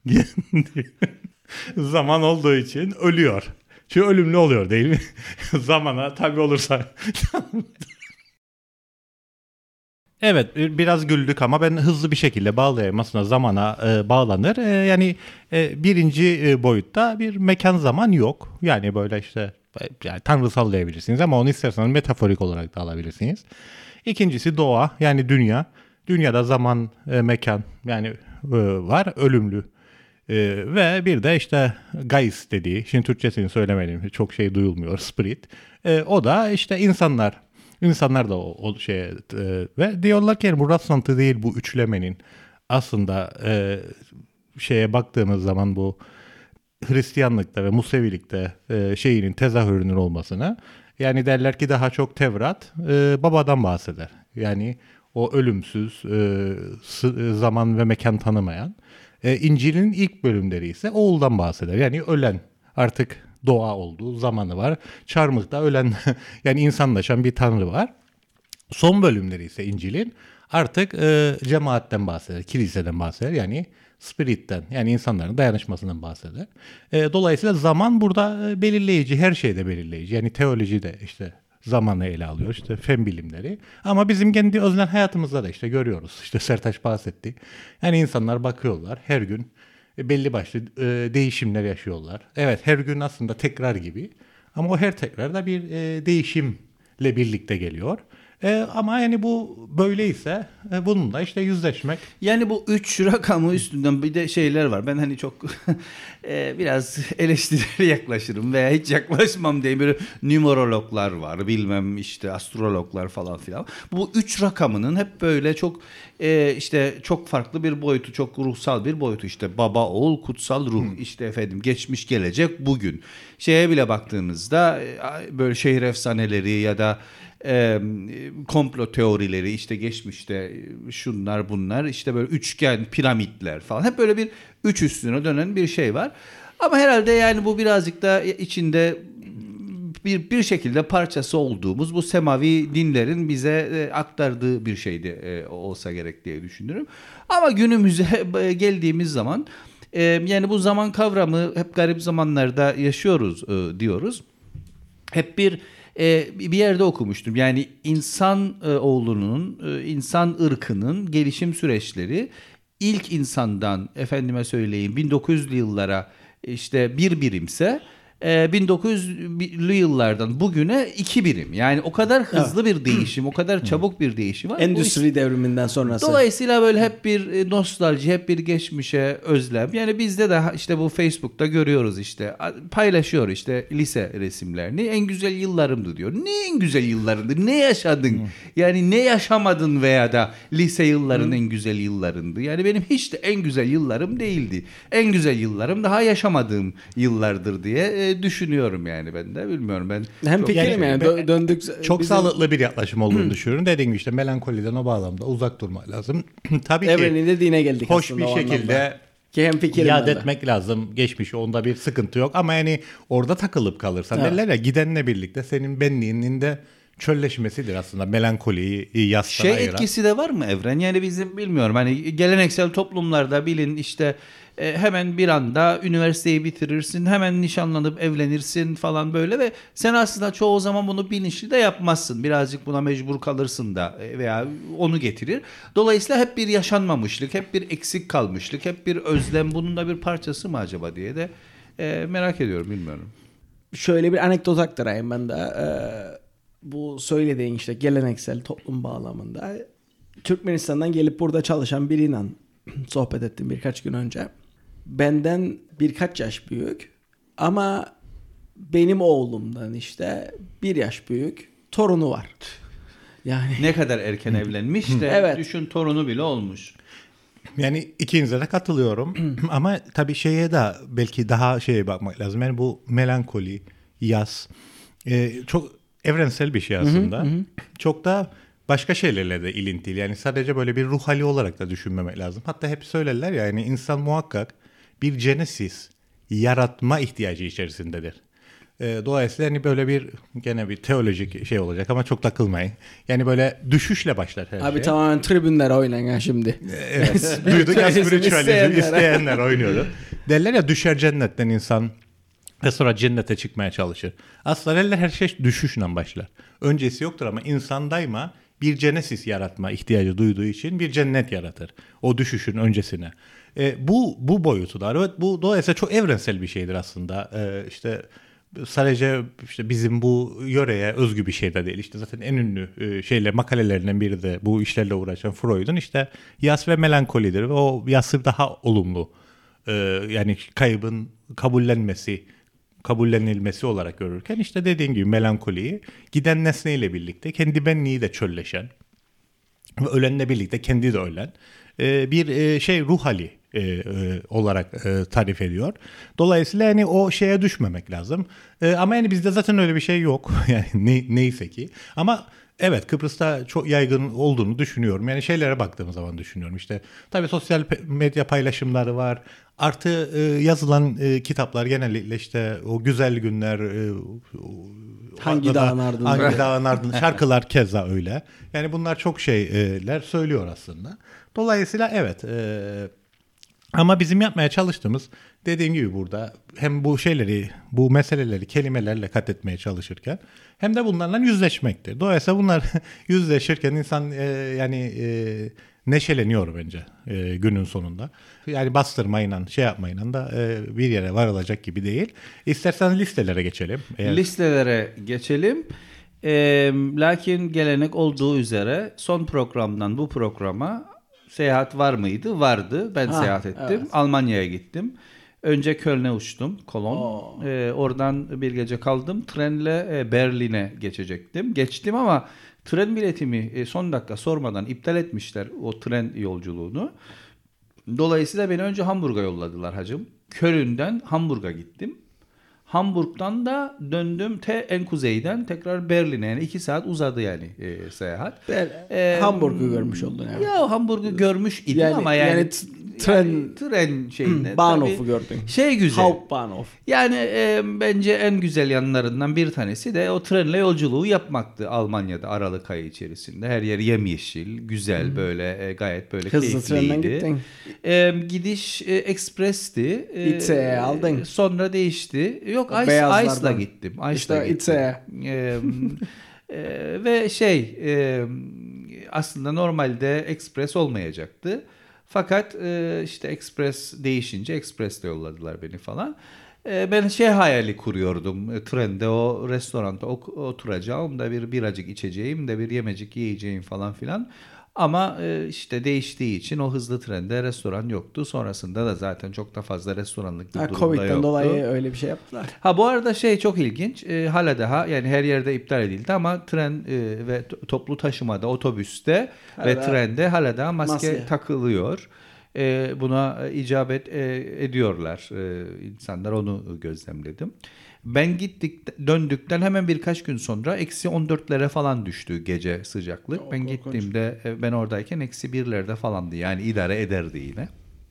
S2: zaman olduğu için ölüyor. Çünkü ölümlü oluyor değil mi? Zamana tabii olursa. Evet biraz güldük ama ben hızlı bir şekilde bağlayayım aslında zamana e, bağlanır. E, yani e, birinci e, boyutta bir mekan zaman yok. Yani böyle işte yani tanrısal diyebilirsiniz ama onu isterseniz metaforik olarak da alabilirsiniz. İkincisi doğa yani dünya. Dünyada zaman, e, mekan yani e, var ölümlü. Ee, ve bir de işte Geist dediği, şimdi Türkçesini söylemedim çok şey duyulmuyor, spirit. Ee, o da işte insanlar, insanlar da o, o şey e, ve diyorlar ki yani bu rastlantı değil bu üçlemenin aslında e, şeye baktığımız zaman bu Hristiyanlıkta ve Musevilikte e, şeyinin tezahürünün olmasına yani derler ki daha çok Tevrat e, babadan bahseder. Yani o ölümsüz e, s- zaman ve mekan tanımayan. E, İncil'in ilk bölümleri ise oğuldan bahseder. Yani ölen artık doğa olduğu zamanı var. Çarmıhta ölen yani insanlaşan bir tanrı var. Son bölümleri ise İncil'in artık e, cemaatten bahseder, kiliseden bahseder. Yani spiritten yani insanların dayanışmasından bahseder. E, dolayısıyla zaman burada e, belirleyici, her şeyde belirleyici. Yani teoloji de işte zamanı ele alıyor işte fen bilimleri. Ama bizim kendi öznel hayatımızda da işte görüyoruz. İşte Sertaç bahsetti. Yani insanlar bakıyorlar her gün belli başlı e, değişimler yaşıyorlar. Evet her gün aslında tekrar gibi. Ama o her tekrarda bir e, değişimle birlikte geliyor. E, ama yani bu böyleyse e, bununla işte yüzleşmek.
S1: Yani bu üç rakamı üstünden bir de şeyler var. Ben hani çok e, biraz eleştirel yaklaşırım veya hiç yaklaşmam diye böyle numerologlar var. Bilmem işte astrologlar falan filan. Bu üç rakamının hep böyle çok e, işte çok farklı bir boyutu, çok ruhsal bir boyutu. İşte baba, oğul, kutsal ruh. Hmm. İşte efendim geçmiş, gelecek, bugün. Şeye bile baktığınızda böyle şehir efsaneleri ya da E, komplo teorileri işte geçmişte şunlar bunlar işte böyle üçgen piramitler falan hep böyle bir üç üstüne dönen bir şey var. Ama herhalde yani bu birazcık da içinde bir bir şekilde parçası olduğumuz bu semavi dinlerin bize e, aktardığı bir şeydi e, olsa gerek diye düşünüyorum. Ama günümüze geldiğimiz zaman e, yani bu zaman kavramı hep garip zamanlarda yaşıyoruz e, diyoruz. Hep bir e, bir yerde okumuştum. Yani insan e, oğlunun, e, insan ırkının gelişim süreçleri ilk insandan efendime söyleyeyim bin dokuz yüzlü yıllara işte bir birimse bin dokuz yüzlü yıllardan bugüne iki birim. Yani o kadar hızlı bir değişim, o kadar çabuk bir değişim var.
S3: Endüstri iş... devriminden sonrası.
S1: Dolayısıyla böyle hep bir nostalji, hep bir geçmişe özlem. Yani bizde de işte bu Facebook'ta görüyoruz işte paylaşıyor işte lise resimlerini. En güzel yıllarımdı diyor. Ne en güzel yıllarındı? Ne yaşadın? Yani ne yaşamadın veya da lise yılların en güzel yıllarındı. Yani benim hiç de en güzel yıllarım değildi. En güzel yıllarım daha yaşamadığım yıllardır diye düşünüyorum yani ben de bilmiyorum ben.
S3: Hem fikirim yani, yani döndük.
S2: Çok bizim... sağlıklı bir yaklaşım olduğunu düşünüyorum. Dediğim gibi işte melankoliden o bağlamda uzak durmak lazım. Tabii ki
S3: evreninde dine geldik
S2: hoş
S3: aslında.
S2: Hoş bir şekilde
S3: ki hem fikirim
S2: iade etmek lazım. Geçmişi onda bir sıkıntı yok ama yani orada takılıp kalırsan evet. Derler ya gidenle birlikte senin benliğinin de çölleşmesidir aslında melankoliyi yastan
S1: şey
S2: ayıran.
S1: Etkisi de var mı Evren? Yani bizim bilmiyorum hani geleneksel toplumlarda bilin işte e, hemen bir anda üniversiteyi bitirirsin, hemen nişanlanıp evlenirsin falan böyle ve sen aslında çoğu zaman bunu bilinçli de yapmazsın. Birazcık buna mecbur kalırsın da veya onu getirir. Dolayısıyla hep bir yaşanmamışlık, hep bir eksik kalmışlık, hep bir özlem bunun da bir parçası mı acaba diye de e, merak ediyorum bilmiyorum.
S3: Şöyle bir anekdot aktarayım ben de. Ee, bu söylediğin işte geleneksel toplum bağlamında Türkmenistan'dan gelip burada çalışan biriyle sohbet ettim birkaç gün önce. Benden birkaç yaş büyük ama benim oğlumdan işte bir yaş büyük torunu var.
S1: Yani ne kadar erken evlenmiş de evet. Düşün torunu bile olmuş.
S2: Yani ikinize de katılıyorum ama tabii şeye de belki daha şeye bakmak lazım. Yani bu melankoli, yas e, çok evrensel bir şey aslında. Hı hı hı. Çok da başka şeylerle de ilintili. Yani sadece böyle bir ruh hali olarak da düşünmemek lazım. Hatta hep söylerler ya yani insan muhakkak bir genesis, yaratma ihtiyacı içerisindedir. E, dolayısıyla hani böyle bir gene bir teolojik şey olacak ama çok takılmayın. Yani böyle düşüşle başlar her
S3: Abi
S2: şey.
S3: Abi tamamen tribünler oynayan şimdi.
S2: Evet. Duyduk ya spiritualizm isteyenler oynuyordu. Derler ya düşer cennetten insan ve sonra cennete çıkmaya çalışır. Aslında her şey düşüşle başlar. Öncesi yoktur ama insan daima bir genesis yaratma ihtiyacı duyduğu için bir cennet yaratır. O düşüşün öncesine. E, bu bu boyutu da. Evet, bu dolayısıyla çok evrensel bir şeydir aslında. E, işte sadece işte bizim bu yöreye özgü bir şey de değil. İşte zaten en ünlü e, şeyle makalelerinden biri de bu işlerle uğraşan Freud'un işte yas ve melankolidir. Ve o yası daha olumlu. E, yani kaybın kabullenmesi, kabullenilmesi olarak görürken işte dediğin gibi melankoliyi giden nesneyle birlikte kendi benliği de çölleşen ve ölenle birlikte kendi de ölen e, bir e, şey ruh hali e, e, olarak e, tarif ediyor. Dolayısıyla yani o şeye düşmemek lazım. E, ama yani bizde zaten öyle bir şey yok. Yani ne, neyse ki. Ama evet Kıbrıs'ta çok yaygın olduğunu düşünüyorum. Yani şeylere baktığım zaman düşünüyorum. İşte tabii sosyal medya paylaşımları var. Artı e, yazılan e, kitaplar genellikle işte o güzel günler e,
S3: hangi dağın ardında
S2: hangi dağın ardında şarkılar keza öyle. Yani bunlar çok şeyler söylüyor aslında. Dolayısıyla evet e, ama bizim yapmaya çalıştığımız dediğim gibi burada hem bu şeyleri bu meseleleri kelimelerle kat etmeye çalışırken hem de bunlarla yüzleşmektir. Dolayısıyla bunlar yüzleşirken insan e, yani e, neşeleniyor bence e, günün sonunda. Yani bastırmayla şey yapmayla da e, bir yere varılacak gibi değil. İstersen listelere geçelim.
S1: Eğer... Listelere geçelim. E, lakin gelenek olduğu üzere son programdan bu programa seyahat var mıydı? Vardı. Ben ha, seyahat ettim. Evet. Almanya'ya gittim. Önce Köln'e uçtum. Kolon. Ee, oradan bir gece kaldım. Trenle e, Berlin'e geçecektim. Geçtim ama tren biletimi e, son dakika sormadan iptal etmişler o tren yolculuğunu. Dolayısıyla beni önce Hamburg'a yolladılar hacım. Köln'den Hamburg'a gittim. Hamburg'dan da döndüm te en kuzeyden tekrar Berlin'e. Yani iki saat uzadı yani e, seyahat.
S3: Ben, ee, Hamburg'u görmüş oldun yani.
S1: Ya Hamburg'u görmüş idim yani, ama yani, yani
S3: Tren-
S1: yani, tren şeyinde.
S3: Bahnhof'u
S1: tabii
S3: gördün.
S1: Şey güzel.
S3: Hauptbahnhof.
S1: Yani e, bence en güzel yanlarından bir tanesi de o trenle yolculuğu yapmaktı Almanya'da Aralık ayı içerisinde. Her yer yemyeşil, güzel
S3: Hmm.
S1: böyle e, gayet böyle
S3: Hızlı trenden
S1: keyifliydi.
S3: gittin.
S1: E, gidiş e, ekspresti. E,
S3: İ T E aldın.
S1: Sonra değişti. Yok
S3: O
S1: Ice,
S3: beyazlardan.
S1: Ice'la gittim. Ice'la
S3: İşte
S1: gittim.
S3: İ T E.
S1: E, e, ve şey e, aslında normalde ekspres olmayacaktı. Fakat e, işte ekspres değişince ekspresle yolladılar beni falan. E, ben şey hayali kuruyordum. E, trende o restoranda ok- oturacağım da bir biracık içeceğim de bir yemecik yiyeceğim falan filan. Ama e, işte değiştiği için o hızlı trende restoran yoktu. Sonrasında da zaten çok da fazla restoranlık bir
S3: Ha,
S1: durumda
S3: Covid'den
S1: yoktu.
S3: dolayı öyle bir şey yaptılar.
S1: Ha bu arada şey çok ilginç. E, hala daha yani her yerde iptal edildi ama tren e, ve to- toplu taşımada, otobüste
S3: Hala
S1: ve
S3: daha
S1: trende hala daha maske,
S3: maske.
S1: takılıyor. E, buna icabet e, ediyorlar. E, insanlar onu gözlemledim. Ben gittik döndükten hemen birkaç gün sonra eksi on dörtlere falan düştü gece sıcaklık.
S3: O,
S1: ben
S3: korkunç.
S1: gittiğimde e, ben oradayken eksi birlerde falandı. Yani idare ederdi yine.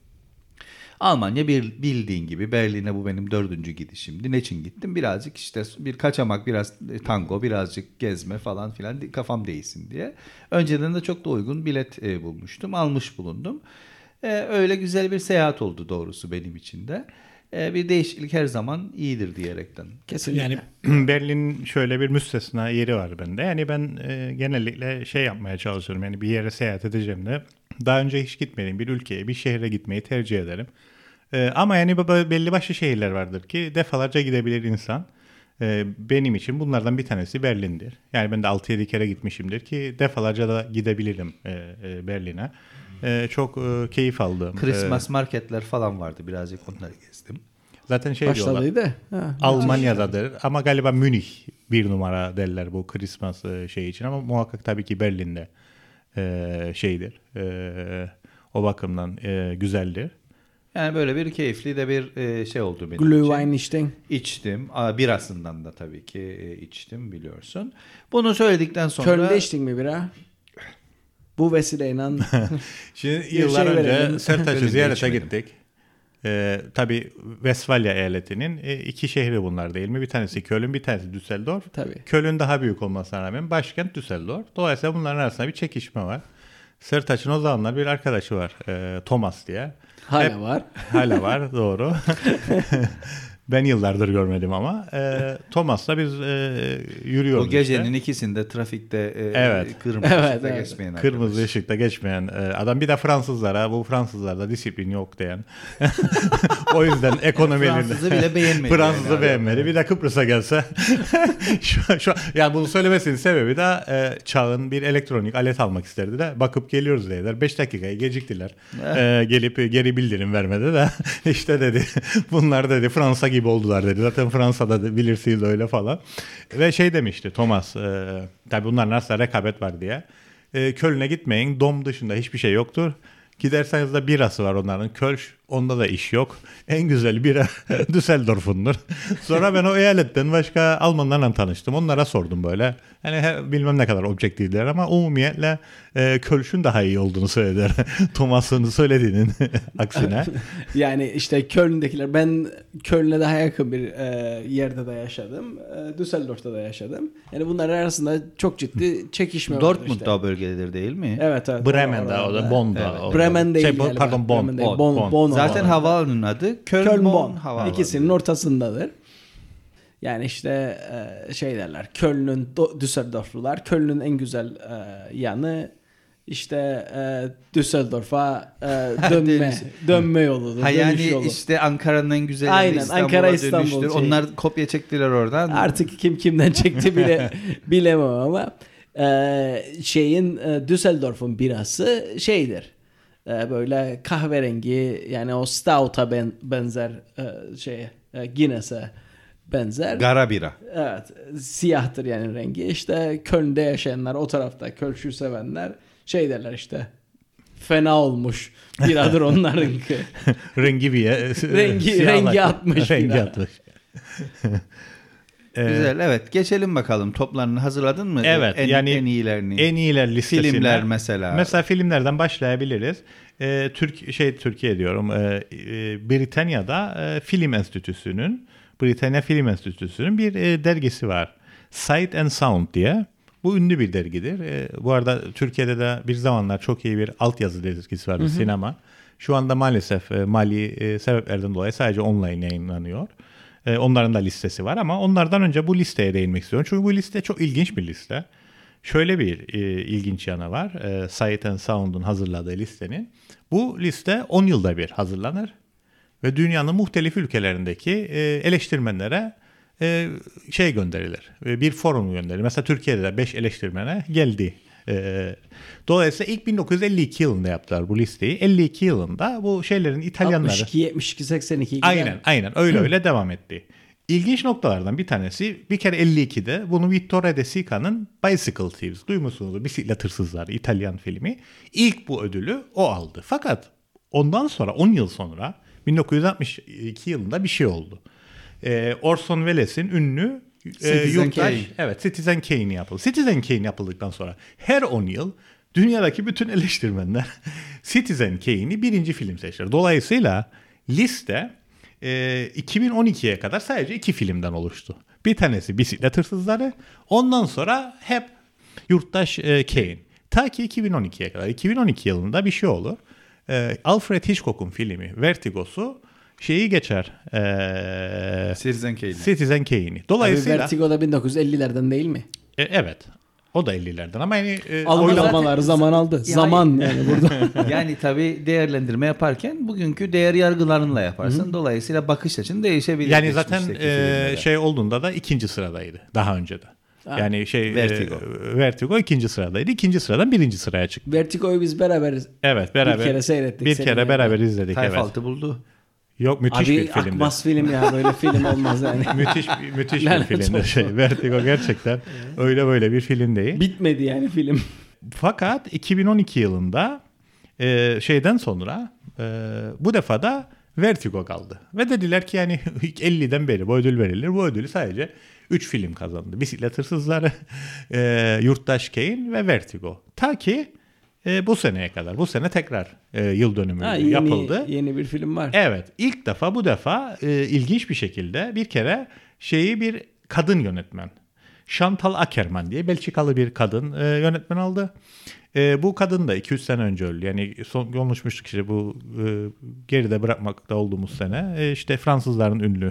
S1: Almanya bir bildiğin gibi Berlin'e bu benim dördüncü gidişimdi. Ne için gittim? Birazcık işte bir kaçamak, biraz tango, birazcık gezme falan filan kafam değilsin diye. Önceden de çok da uygun bilet e, bulmuştum. Almış bulundum. E, öyle güzel bir seyahat oldu doğrusu benim için de. E, bir değişiklik her zaman iyidir diyerekten.
S3: Kesinlikle.
S2: Yani Berlin şöyle bir müstesna yeri var bende. Yani ben e, genellikle şey yapmaya çalışıyorum. Yani bir yere seyahat edeceğim de daha önce hiç gitmediğim bir ülkeye, bir şehre gitmeyi tercih ederim. E, ama yani belli başlı şehirler vardır ki defalarca gidebilir insan. E, benim için bunlardan bir tanesi Berlin'dir. Yani ben de altı yedi kere gitmişimdir ki defalarca da gidebilirim e, e, Berlin'e. E, çok e, keyif aldım.
S1: Christmas
S2: E,
S1: marketler falan vardı. Birazcık onları gezdim.
S2: zaten şey diyorlar.
S3: Başladıydı. Ha,
S2: Almanya'dadır ama galiba Münih bir numara derler bu Christmas e, şey için ama muhakkak tabii ki Berlin'de e, şeydir. E, o bakımdan e, güzeldir.
S1: Yani böyle bir keyifli de bir e, şey oldu benim için.
S3: Glühwein içtin.
S1: İçtim. Aa, birasından da tabii ki e, içtim biliyorsun. Bunu söyledikten sonra...
S3: Köln'de içtin mi bira? Bu vesileyle
S2: Şimdi
S3: Bir
S2: yıllar
S3: şey
S2: önce
S3: verelim.
S2: Sertaç'ı
S1: Köln'de
S2: ziyarete
S1: içmedim.
S2: gittik. E, tabii Westfalia eyaletinin e, iki şehri bunlar değil mi? Bir tanesi Köln, bir tanesi Düsseldorf.
S3: tabii.
S2: Köln daha büyük olmasına rağmen başkent Düsseldorf. Dolayısıyla bunların arasında bir çekişme var. Sertaç'ın o zamanlar bir arkadaşı var. e, Thomas diye.
S3: Hala
S2: Hep-
S3: var.
S2: Hala var doğru. Ben yıllardır görmedim ama e, Thomas'la biz e, yürüyoruz
S1: O gecenin
S2: işte.
S1: ikisinde trafikte e,
S2: Evet.
S1: kırmızı
S3: Evet,
S1: ışıkta
S3: evet.
S1: geçmeyen
S2: Kırmızı
S1: arkadaş.
S2: ışıkta geçmeyen e, adam, bir de Fransızlara, bu Fransızlarda disiplin yok diyen. O yüzden ekonominin
S1: Fransızı bile beğenmedi.
S2: Fransızı
S1: yani.
S2: beğenmedi. Bir de Kıbrıs'a gelse. şu, şu, yani bunu söylemesinin sebebi de e, çağın bir elektronik alet almak isterdi de bakıp geliyoruz dediler. beş dakikaya geciktiler. e, gelip geri bildirim vermedi de işte dedi bunlar dedi Fransa gibi oldular dedi. Zaten Fransa'da da bilirsiniz öyle falan. Ve şey demişti Thomas, e, tabii bunların arasında rekabet var diye. E, Köln'e gitmeyin. Dom dışında hiçbir şey yoktur. Giderseniz de birası var onların. Kölsch, onda da iş yok. En güzel bira Düsseldorf'undur. Sonra ben o eyaletten başka Almanlarla tanıştım. Onlara sordum böyle. Hani he, bilmem ne kadar objektifler ama umumiyetle e, Kölsch'ün daha iyi olduğunu söylediler. Thomas'ın söylediğinin aksine.
S3: Yani işte Köln'dekiler, ben Köln'e daha yakın bir e, yerde de yaşadım. E, Düsseldorf'ta da yaşadım. Yani bunlar arasında çok ciddi çekişme var
S1: Dortmund
S3: işte.
S1: da o bölgededir değil mi?
S3: Evet evet.
S2: Bremen'de o da, Bonn'da.
S1: Evet.
S2: o da.
S3: Bremen değil
S2: Şey,
S3: galiba.
S2: pardon Bonn.
S3: Bremen değil.
S2: Bonn.
S3: Bonn,
S2: Bonn.
S3: Bonn
S1: Zaten
S3: olarak.
S1: havaalanının adı Köln-Bonn
S3: Köln-Bonn.
S1: havaalanı.
S3: İkisinin ortasındadır. Yani işte e, şey derler. Köln'ün Do- Düsseldorflular. Köln'ün en güzel e, yanı işte e, Düsseldorf'a e, dönme
S1: Dönüş.
S3: dönme yoludur.
S1: Ha
S3: dönüş
S1: yani
S3: yolu.
S1: işte Ankara'nın en güzel yeri
S3: Aynen,
S1: İstanbul'a
S3: Ankara, İstanbul
S1: dönüştür.
S3: şey.
S1: Onlar kopya çektiler oradan.
S3: Artık kim kimden çekti bile bilemem ama e, şeyin e, Düsseldorf'un birası şeydir. E, böyle kahverengi, yani o Stout'a ben, benzer e, şeye e, Guinness'e benzer.
S1: Gara bira.
S3: Evet, siyahtır yani rengi. İşte Köln'de yaşayanlar, o tarafta Kölsch'ü sevenler şey derler işte, fena olmuş biradır onlarınki.
S2: rengi bir
S3: Rengi- rengi atmış
S2: rengi
S3: bira.
S2: atmış. Ee,
S1: Güzel, evet. Geçelim bakalım. Toplarını hazırladın mı?
S2: Evet,
S1: en,
S2: yani
S1: en iyilerini.
S2: En iyiler listesine.
S1: Filmler mesela.
S2: Mesela filmlerden başlayabiliriz. Ee, Türk şey Türkiye diyorum. E, e, Britanya'da e, Film Enstitüsü'nün Britanya Film Enstitüsü'nün bir e, dergisi var. Sight and Sound diye. Bu ünlü bir dergidir. E, bu arada Türkiye'de de bir zamanlar çok iyi bir altyazı dergisi vardı, hı hı. sinema. Şu anda maalesef e, mali e, sebeplerden dolayı sadece online yayınlanıyor. E, onların da listesi var ama onlardan önce bu listeye değinmek istiyorum. Çünkü bu liste çok ilginç bir liste. Şöyle bir e, ilginç yanı var. E, Sight and Sound'un hazırladığı listenin. Bu liste on yılda bir hazırlanır. Ve dünyanın muhtelif ülkelerindeki e, eleştirmenlere e, şey gönderilir. E, bir forum gönderilir. Mesela Türkiye'de de beş eleştirmene geldi. E, dolayısıyla ilk bin dokuz yüz elli iki yılında yaptılar bu listeyi. elli iki yılında bu şeylerin İtalyanları...
S3: altmış iki, yetmiş iki, seksen iki.
S2: Aynen, aynen. Öyle öyle devam etti. İlginç noktalardan bir tanesi bir kere elli ikide bunu Vittore De Sica'nın Bicycle Thieves, duymuşsunuzdur, Bisiklet Hırsızları, İtalyan filmi. İlk bu ödülü o aldı. Fakat ondan sonra on yıl sonra bin dokuz yüz altmış iki yılında bir şey oldu. Ee, Orson Welles'in ünlü e, yurttaş, Kane. Evet, Citizen Kane yapıldı. Citizen Kane yapıldıktan sonra her on yıl dünyadaki bütün eleştirmenler Citizen Kane'i birinci film seçtiler. Dolayısıyla liste e, iki bin on ikiye kadar sadece iki filmden oluştu. Bir tanesi Bisiklet Hırsızları, ondan sonra hep Yurttaş e, Kane. Ta ki iki bin on ikiye kadar. iki bin on iki yılında bir şey olur. E, Alfred Hitchcock'un filmi Vertigo'su şeyi geçer. E,
S1: Citizen Kane'i.
S2: Citizen Kane'i. Dolayısıyla...
S3: Abi Vertigo da bin dokuz yüz ellilerden değil mi?
S2: E, evet. O da ellilerden ama yani... E,
S3: Algılamalar zaman aldı. Yani, zaman yani burada.
S1: Yani tabii değerlendirme yaparken bugünkü değer yargılarınla yaparsın. Hı-hı. Dolayısıyla bakış açın değişebilir.
S2: Yani zaten e, şey olduğunda da ikinci sıradaydı daha önce de. Ha. Yani şey
S1: Vertigo.
S2: E, Vertigo ikinci sıradaydı. İkinci sıradan birinci sıraya çıktı.
S3: Vertigo'yu biz beraber,
S2: evet, beraber
S3: bir kere seyrettik.
S2: Bir kere beraber yani. izledik.
S1: Tayf
S2: evet.
S1: altı buldu.
S2: Yok, müthiş
S3: Abi,
S2: bir filmdi.
S3: Akbas film ya, böyle film olmaz yani.
S2: müthiş müthiş bir filmdi. Şey, Vertigo gerçekten öyle böyle bir film değil.
S3: Bitmedi yani film.
S2: Fakat iki bin on iki yılında e, şeyden sonra e, bu defa da Vertigo kaldı. Ve dediler ki yani elliden beri bu ödül verilir. Bu ödülü sadece üç film kazandı. Bisiklet Hırsızları, e, Yurttaş Kane ve Vertigo. Ta ki e, bu seneye kadar. Bu sene tekrar e, yıl dönümü ha, yeni, yapıldı.
S3: Yeni bir film var.
S2: Evet. İlk defa bu defa e, ilginç bir şekilde bir kere şeyi bir kadın yönetmen. Chantal Akerman diye Belçikalı bir kadın e, yönetmen aldı. E, bu kadın da iki üç sene önce öldü. Yani son konuşmuştuk işte bu e, geride bırakmakta olduğumuz sene. E, işte Fransızların ünlü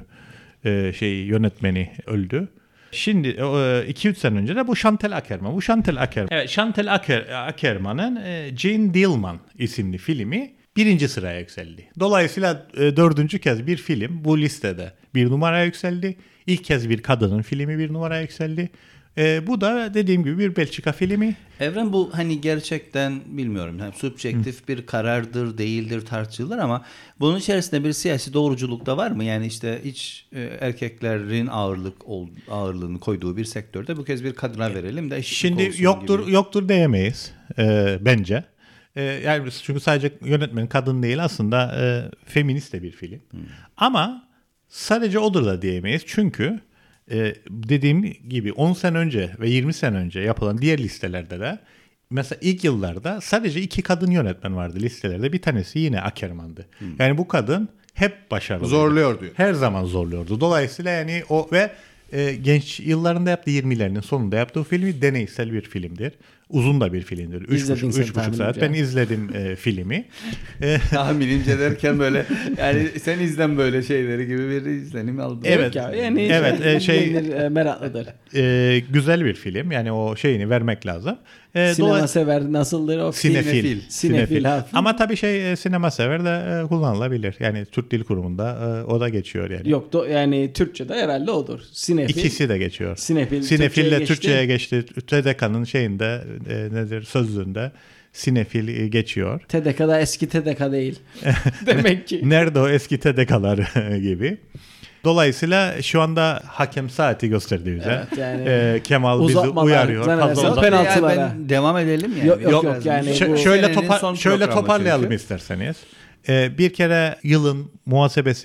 S2: e, şey yönetmeni öldü. Şimdi iki üç sene önce de bu Chantal Akerman. Bu Chantal Akerman. Evet, Chantal Aker, Akerman'ın e, Jane Dillman isimli filmi birinci sıraya yükseldi. Dolayısıyla e, dördüncü kez bir film bu listede bir numaraya yükseldi. İlk kez bir kadının filmi bir numaraya yükseldi. E, bu da dediğim gibi bir Belçika filmi.
S1: Evren, bu hani gerçekten bilmiyorum. Yani subjektif Hı. bir karardır, değildir tartışılır ama bunun içerisinde bir siyasi doğruculuk da var mı? Yani işte hiç e, erkeklerin ağırlık ağırlığını koyduğu bir sektörde bu kez bir kadına verelim de
S2: şimdi yoktur gibi. yoktur diyemeyiz e, bence. E, yani çünkü sadece yönetmen kadın değil, aslında e, feminist de bir film. Hı. Ama sadece odur da diyemeyiz. Çünkü Ee, dediğim gibi on sene önce ve yirmi sene önce yapılan diğer listelerde de mesela ilk yıllarda sadece iki kadın yönetmen vardı listelerde. Bir tanesi yine Akerman'dı. Hmm. Yani bu kadın hep başarılı.
S1: Zorluyor diyor.
S2: Her zaman zorluyordu. Dolayısıyla yani o ve e, genç yıllarında yaptığı yirmilerinin sonunda yaptığı filmi deneysel bir filmdir. Uzun da bir filmdir. Üç buçuk, üç buçuk saat. Ben izledim e, filmi.
S1: Tahminimce derken böyle yani sen izlen böyle şeyleri gibi bir izlenim aldın.
S2: Evet.
S3: Ya, yani
S2: evet.
S3: Şey,
S2: e, şey
S3: e, meraklıdır.
S2: E, güzel bir film. Yani o şeyini vermek lazım. E,
S3: sinema dola- sever nasıldır o?
S2: Sinefil.
S3: Sinefil. Sinefil. Sinefil.
S2: Ama tabii şey e, sinema sever de e, kullanılabilir. Yani Türk Dil Kurumu'nda e, o da geçiyor yani.
S3: Yok do, yani Türkçe'de herhalde odur. Sinefil.
S2: İkisi de geçiyor.
S3: Sinefil.
S2: Sinefil ile Türkçe'ye geçti. T D K'nın şeyinde e, nedir sözlüğünde sinefil e, geçiyor.
S3: T D K'da eski T D K değil. Demek ki.
S2: Nerede o eski T D K'lar gibi. Dolayısıyla şu anda hakem saati gösterdi bize. Evet, yani e, Kemal bizi uyarıyor.
S3: Fazla penaltılara.
S1: Ya devam edelim yani.
S3: Yok yok, yok yani.
S2: Ş- şöyle topa- şöyle toparlayalım çünkü. isterseniz. E, bir kere yılın muhasebesini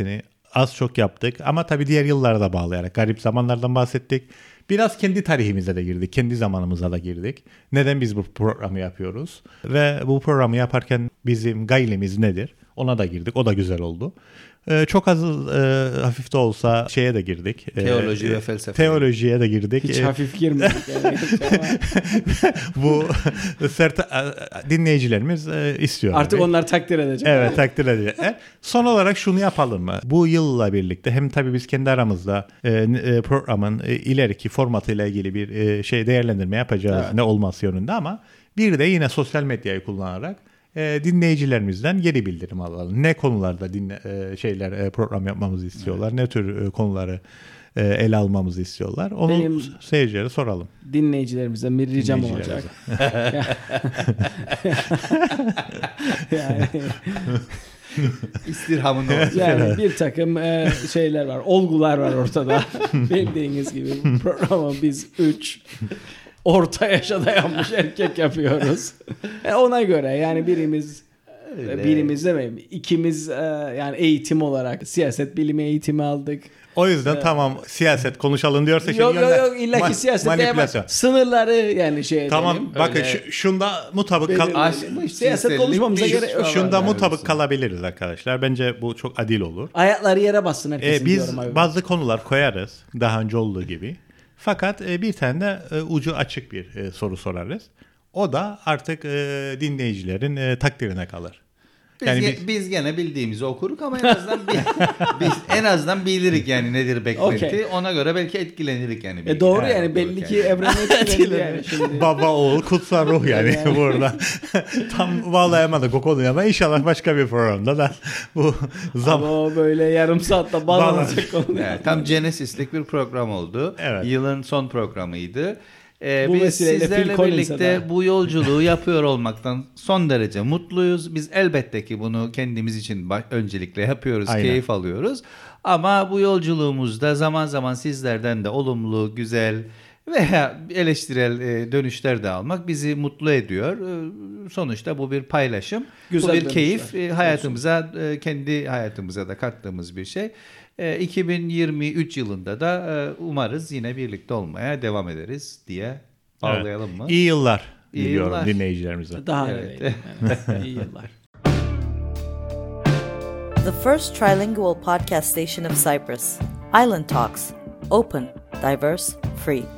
S2: az çok yaptık. Ama tabii diğer yıllara da bağlayarak garip zamanlardan bahsettik. Biraz kendi tarihimize de girdik. Kendi zamanımıza da girdik. Neden biz bu programı yapıyoruz? Ve bu programı yaparken bizim gaylemiz nedir? Ona da girdik. O da güzel oldu. Ee, çok az e, hafif de olsa şeye de girdik.
S1: Teoloji
S2: ee,
S1: ve felsefe.
S2: Teolojiye de girdik.
S3: Hiç hafif girmedik yani.
S2: Bu sert dinleyicilerimiz e, istiyor.
S3: Artık
S2: abi.
S3: onlar takdir edecek.
S2: Evet, takdir edecek. Son olarak şunu yapalım mı? Bu yılla birlikte hem tabii biz kendi aramızda e, programın e, ileriki formatıyla ilgili bir e, şey değerlendirme yapacağız.
S3: Evet.
S2: Ne olması yönünde ama bir de yine sosyal medyayı kullanarak e, dinleyicilerimizden geri bildirim alalım. Ne konularda dinle, e, şeyler e, program yapmamızı istiyorlar. Evet. Ne tür e, konuları e, ele almamızı istiyorlar. Onu Benim seyircilere soralım.
S3: Dinleyicilerimizden bir ricam olacak. yani
S1: İstirhamın olacak.
S3: Yani bir takım e, şeyler var, olgular var ortada. Bildiğiniz gibi bu programı biz üç orta yaşa dayanmış erkek yapıyoruz. E ona göre yani birimiz Öyle. birimiz demeyeyim, ikimiz e, yani eğitim olarak siyaset bilimi eğitimi aldık.
S2: O yüzden ee, tamam siyaset konuşalım diyorsa
S3: yok yok yok illa ki siyasette sınırları yani şey
S2: tamam
S3: edelim.
S2: Bakın şu, şunda mutabık kal
S3: siyaset konuşmamıza gerek yok.
S2: Şunda mutabık kalabiliriz arkadaşlar. Bence bu çok adil olur.
S3: Ayakları yere bassın herkesin
S2: ee, biz
S3: diyorum abi.
S2: Bazı konular koyarız daha önce olduğu gibi. Fakat e, bir tane de e, ucu açık bir e, soru sorarız. O da artık e, dinleyicilerin e, takdirine kalır.
S1: Biz, yani biz, biz gene bildiğimizi okuruk ama en azından biz en azından bilirik yani nedir beklenti. Okay. Ona göre belki etkilenirik yani.
S3: E doğru yani, yani belli ki evrene etkilenir yani şimdi.
S2: Baba oğul kutsal ruh yani, yani. Burada. Tam bağlayamadık o konuyu ama inşallah başka bir programda da bu
S3: zam. Ama böyle yarım saatte bağlanacak konu.
S1: Yani, tam Genesis'lik bir program oldu.
S2: Evet.
S1: Yılın son programıydı. Ee, biz sizlerle birlikte bu yolculuğu yapıyor olmaktan son derece mutluyuz. Biz elbette ki bunu kendimiz için öncelikle yapıyoruz, Aynen. keyif alıyoruz. Ama bu yolculuğumuzda zaman zaman sizlerden de olumlu, güzel veya eleştirel dönüşler de almak bizi mutlu ediyor. Sonuçta bu bir paylaşım, güzel bu bir keyif. Dönüşler. Hayatımıza, kendi hayatımıza da kattığımız bir şey. iki bin yirmi üç yılında da umarız yine birlikte olmaya devam ederiz diye bağlayalım
S2: evet.
S1: mı?
S2: İyi yıllar İyi diliyorum yıllar. dinleyicilerimize.
S3: Daha evet. öyle. Evet. İyi yıllar.
S4: The first trilingual podcast station of Cyprus. Island Talks. Open, diverse, free.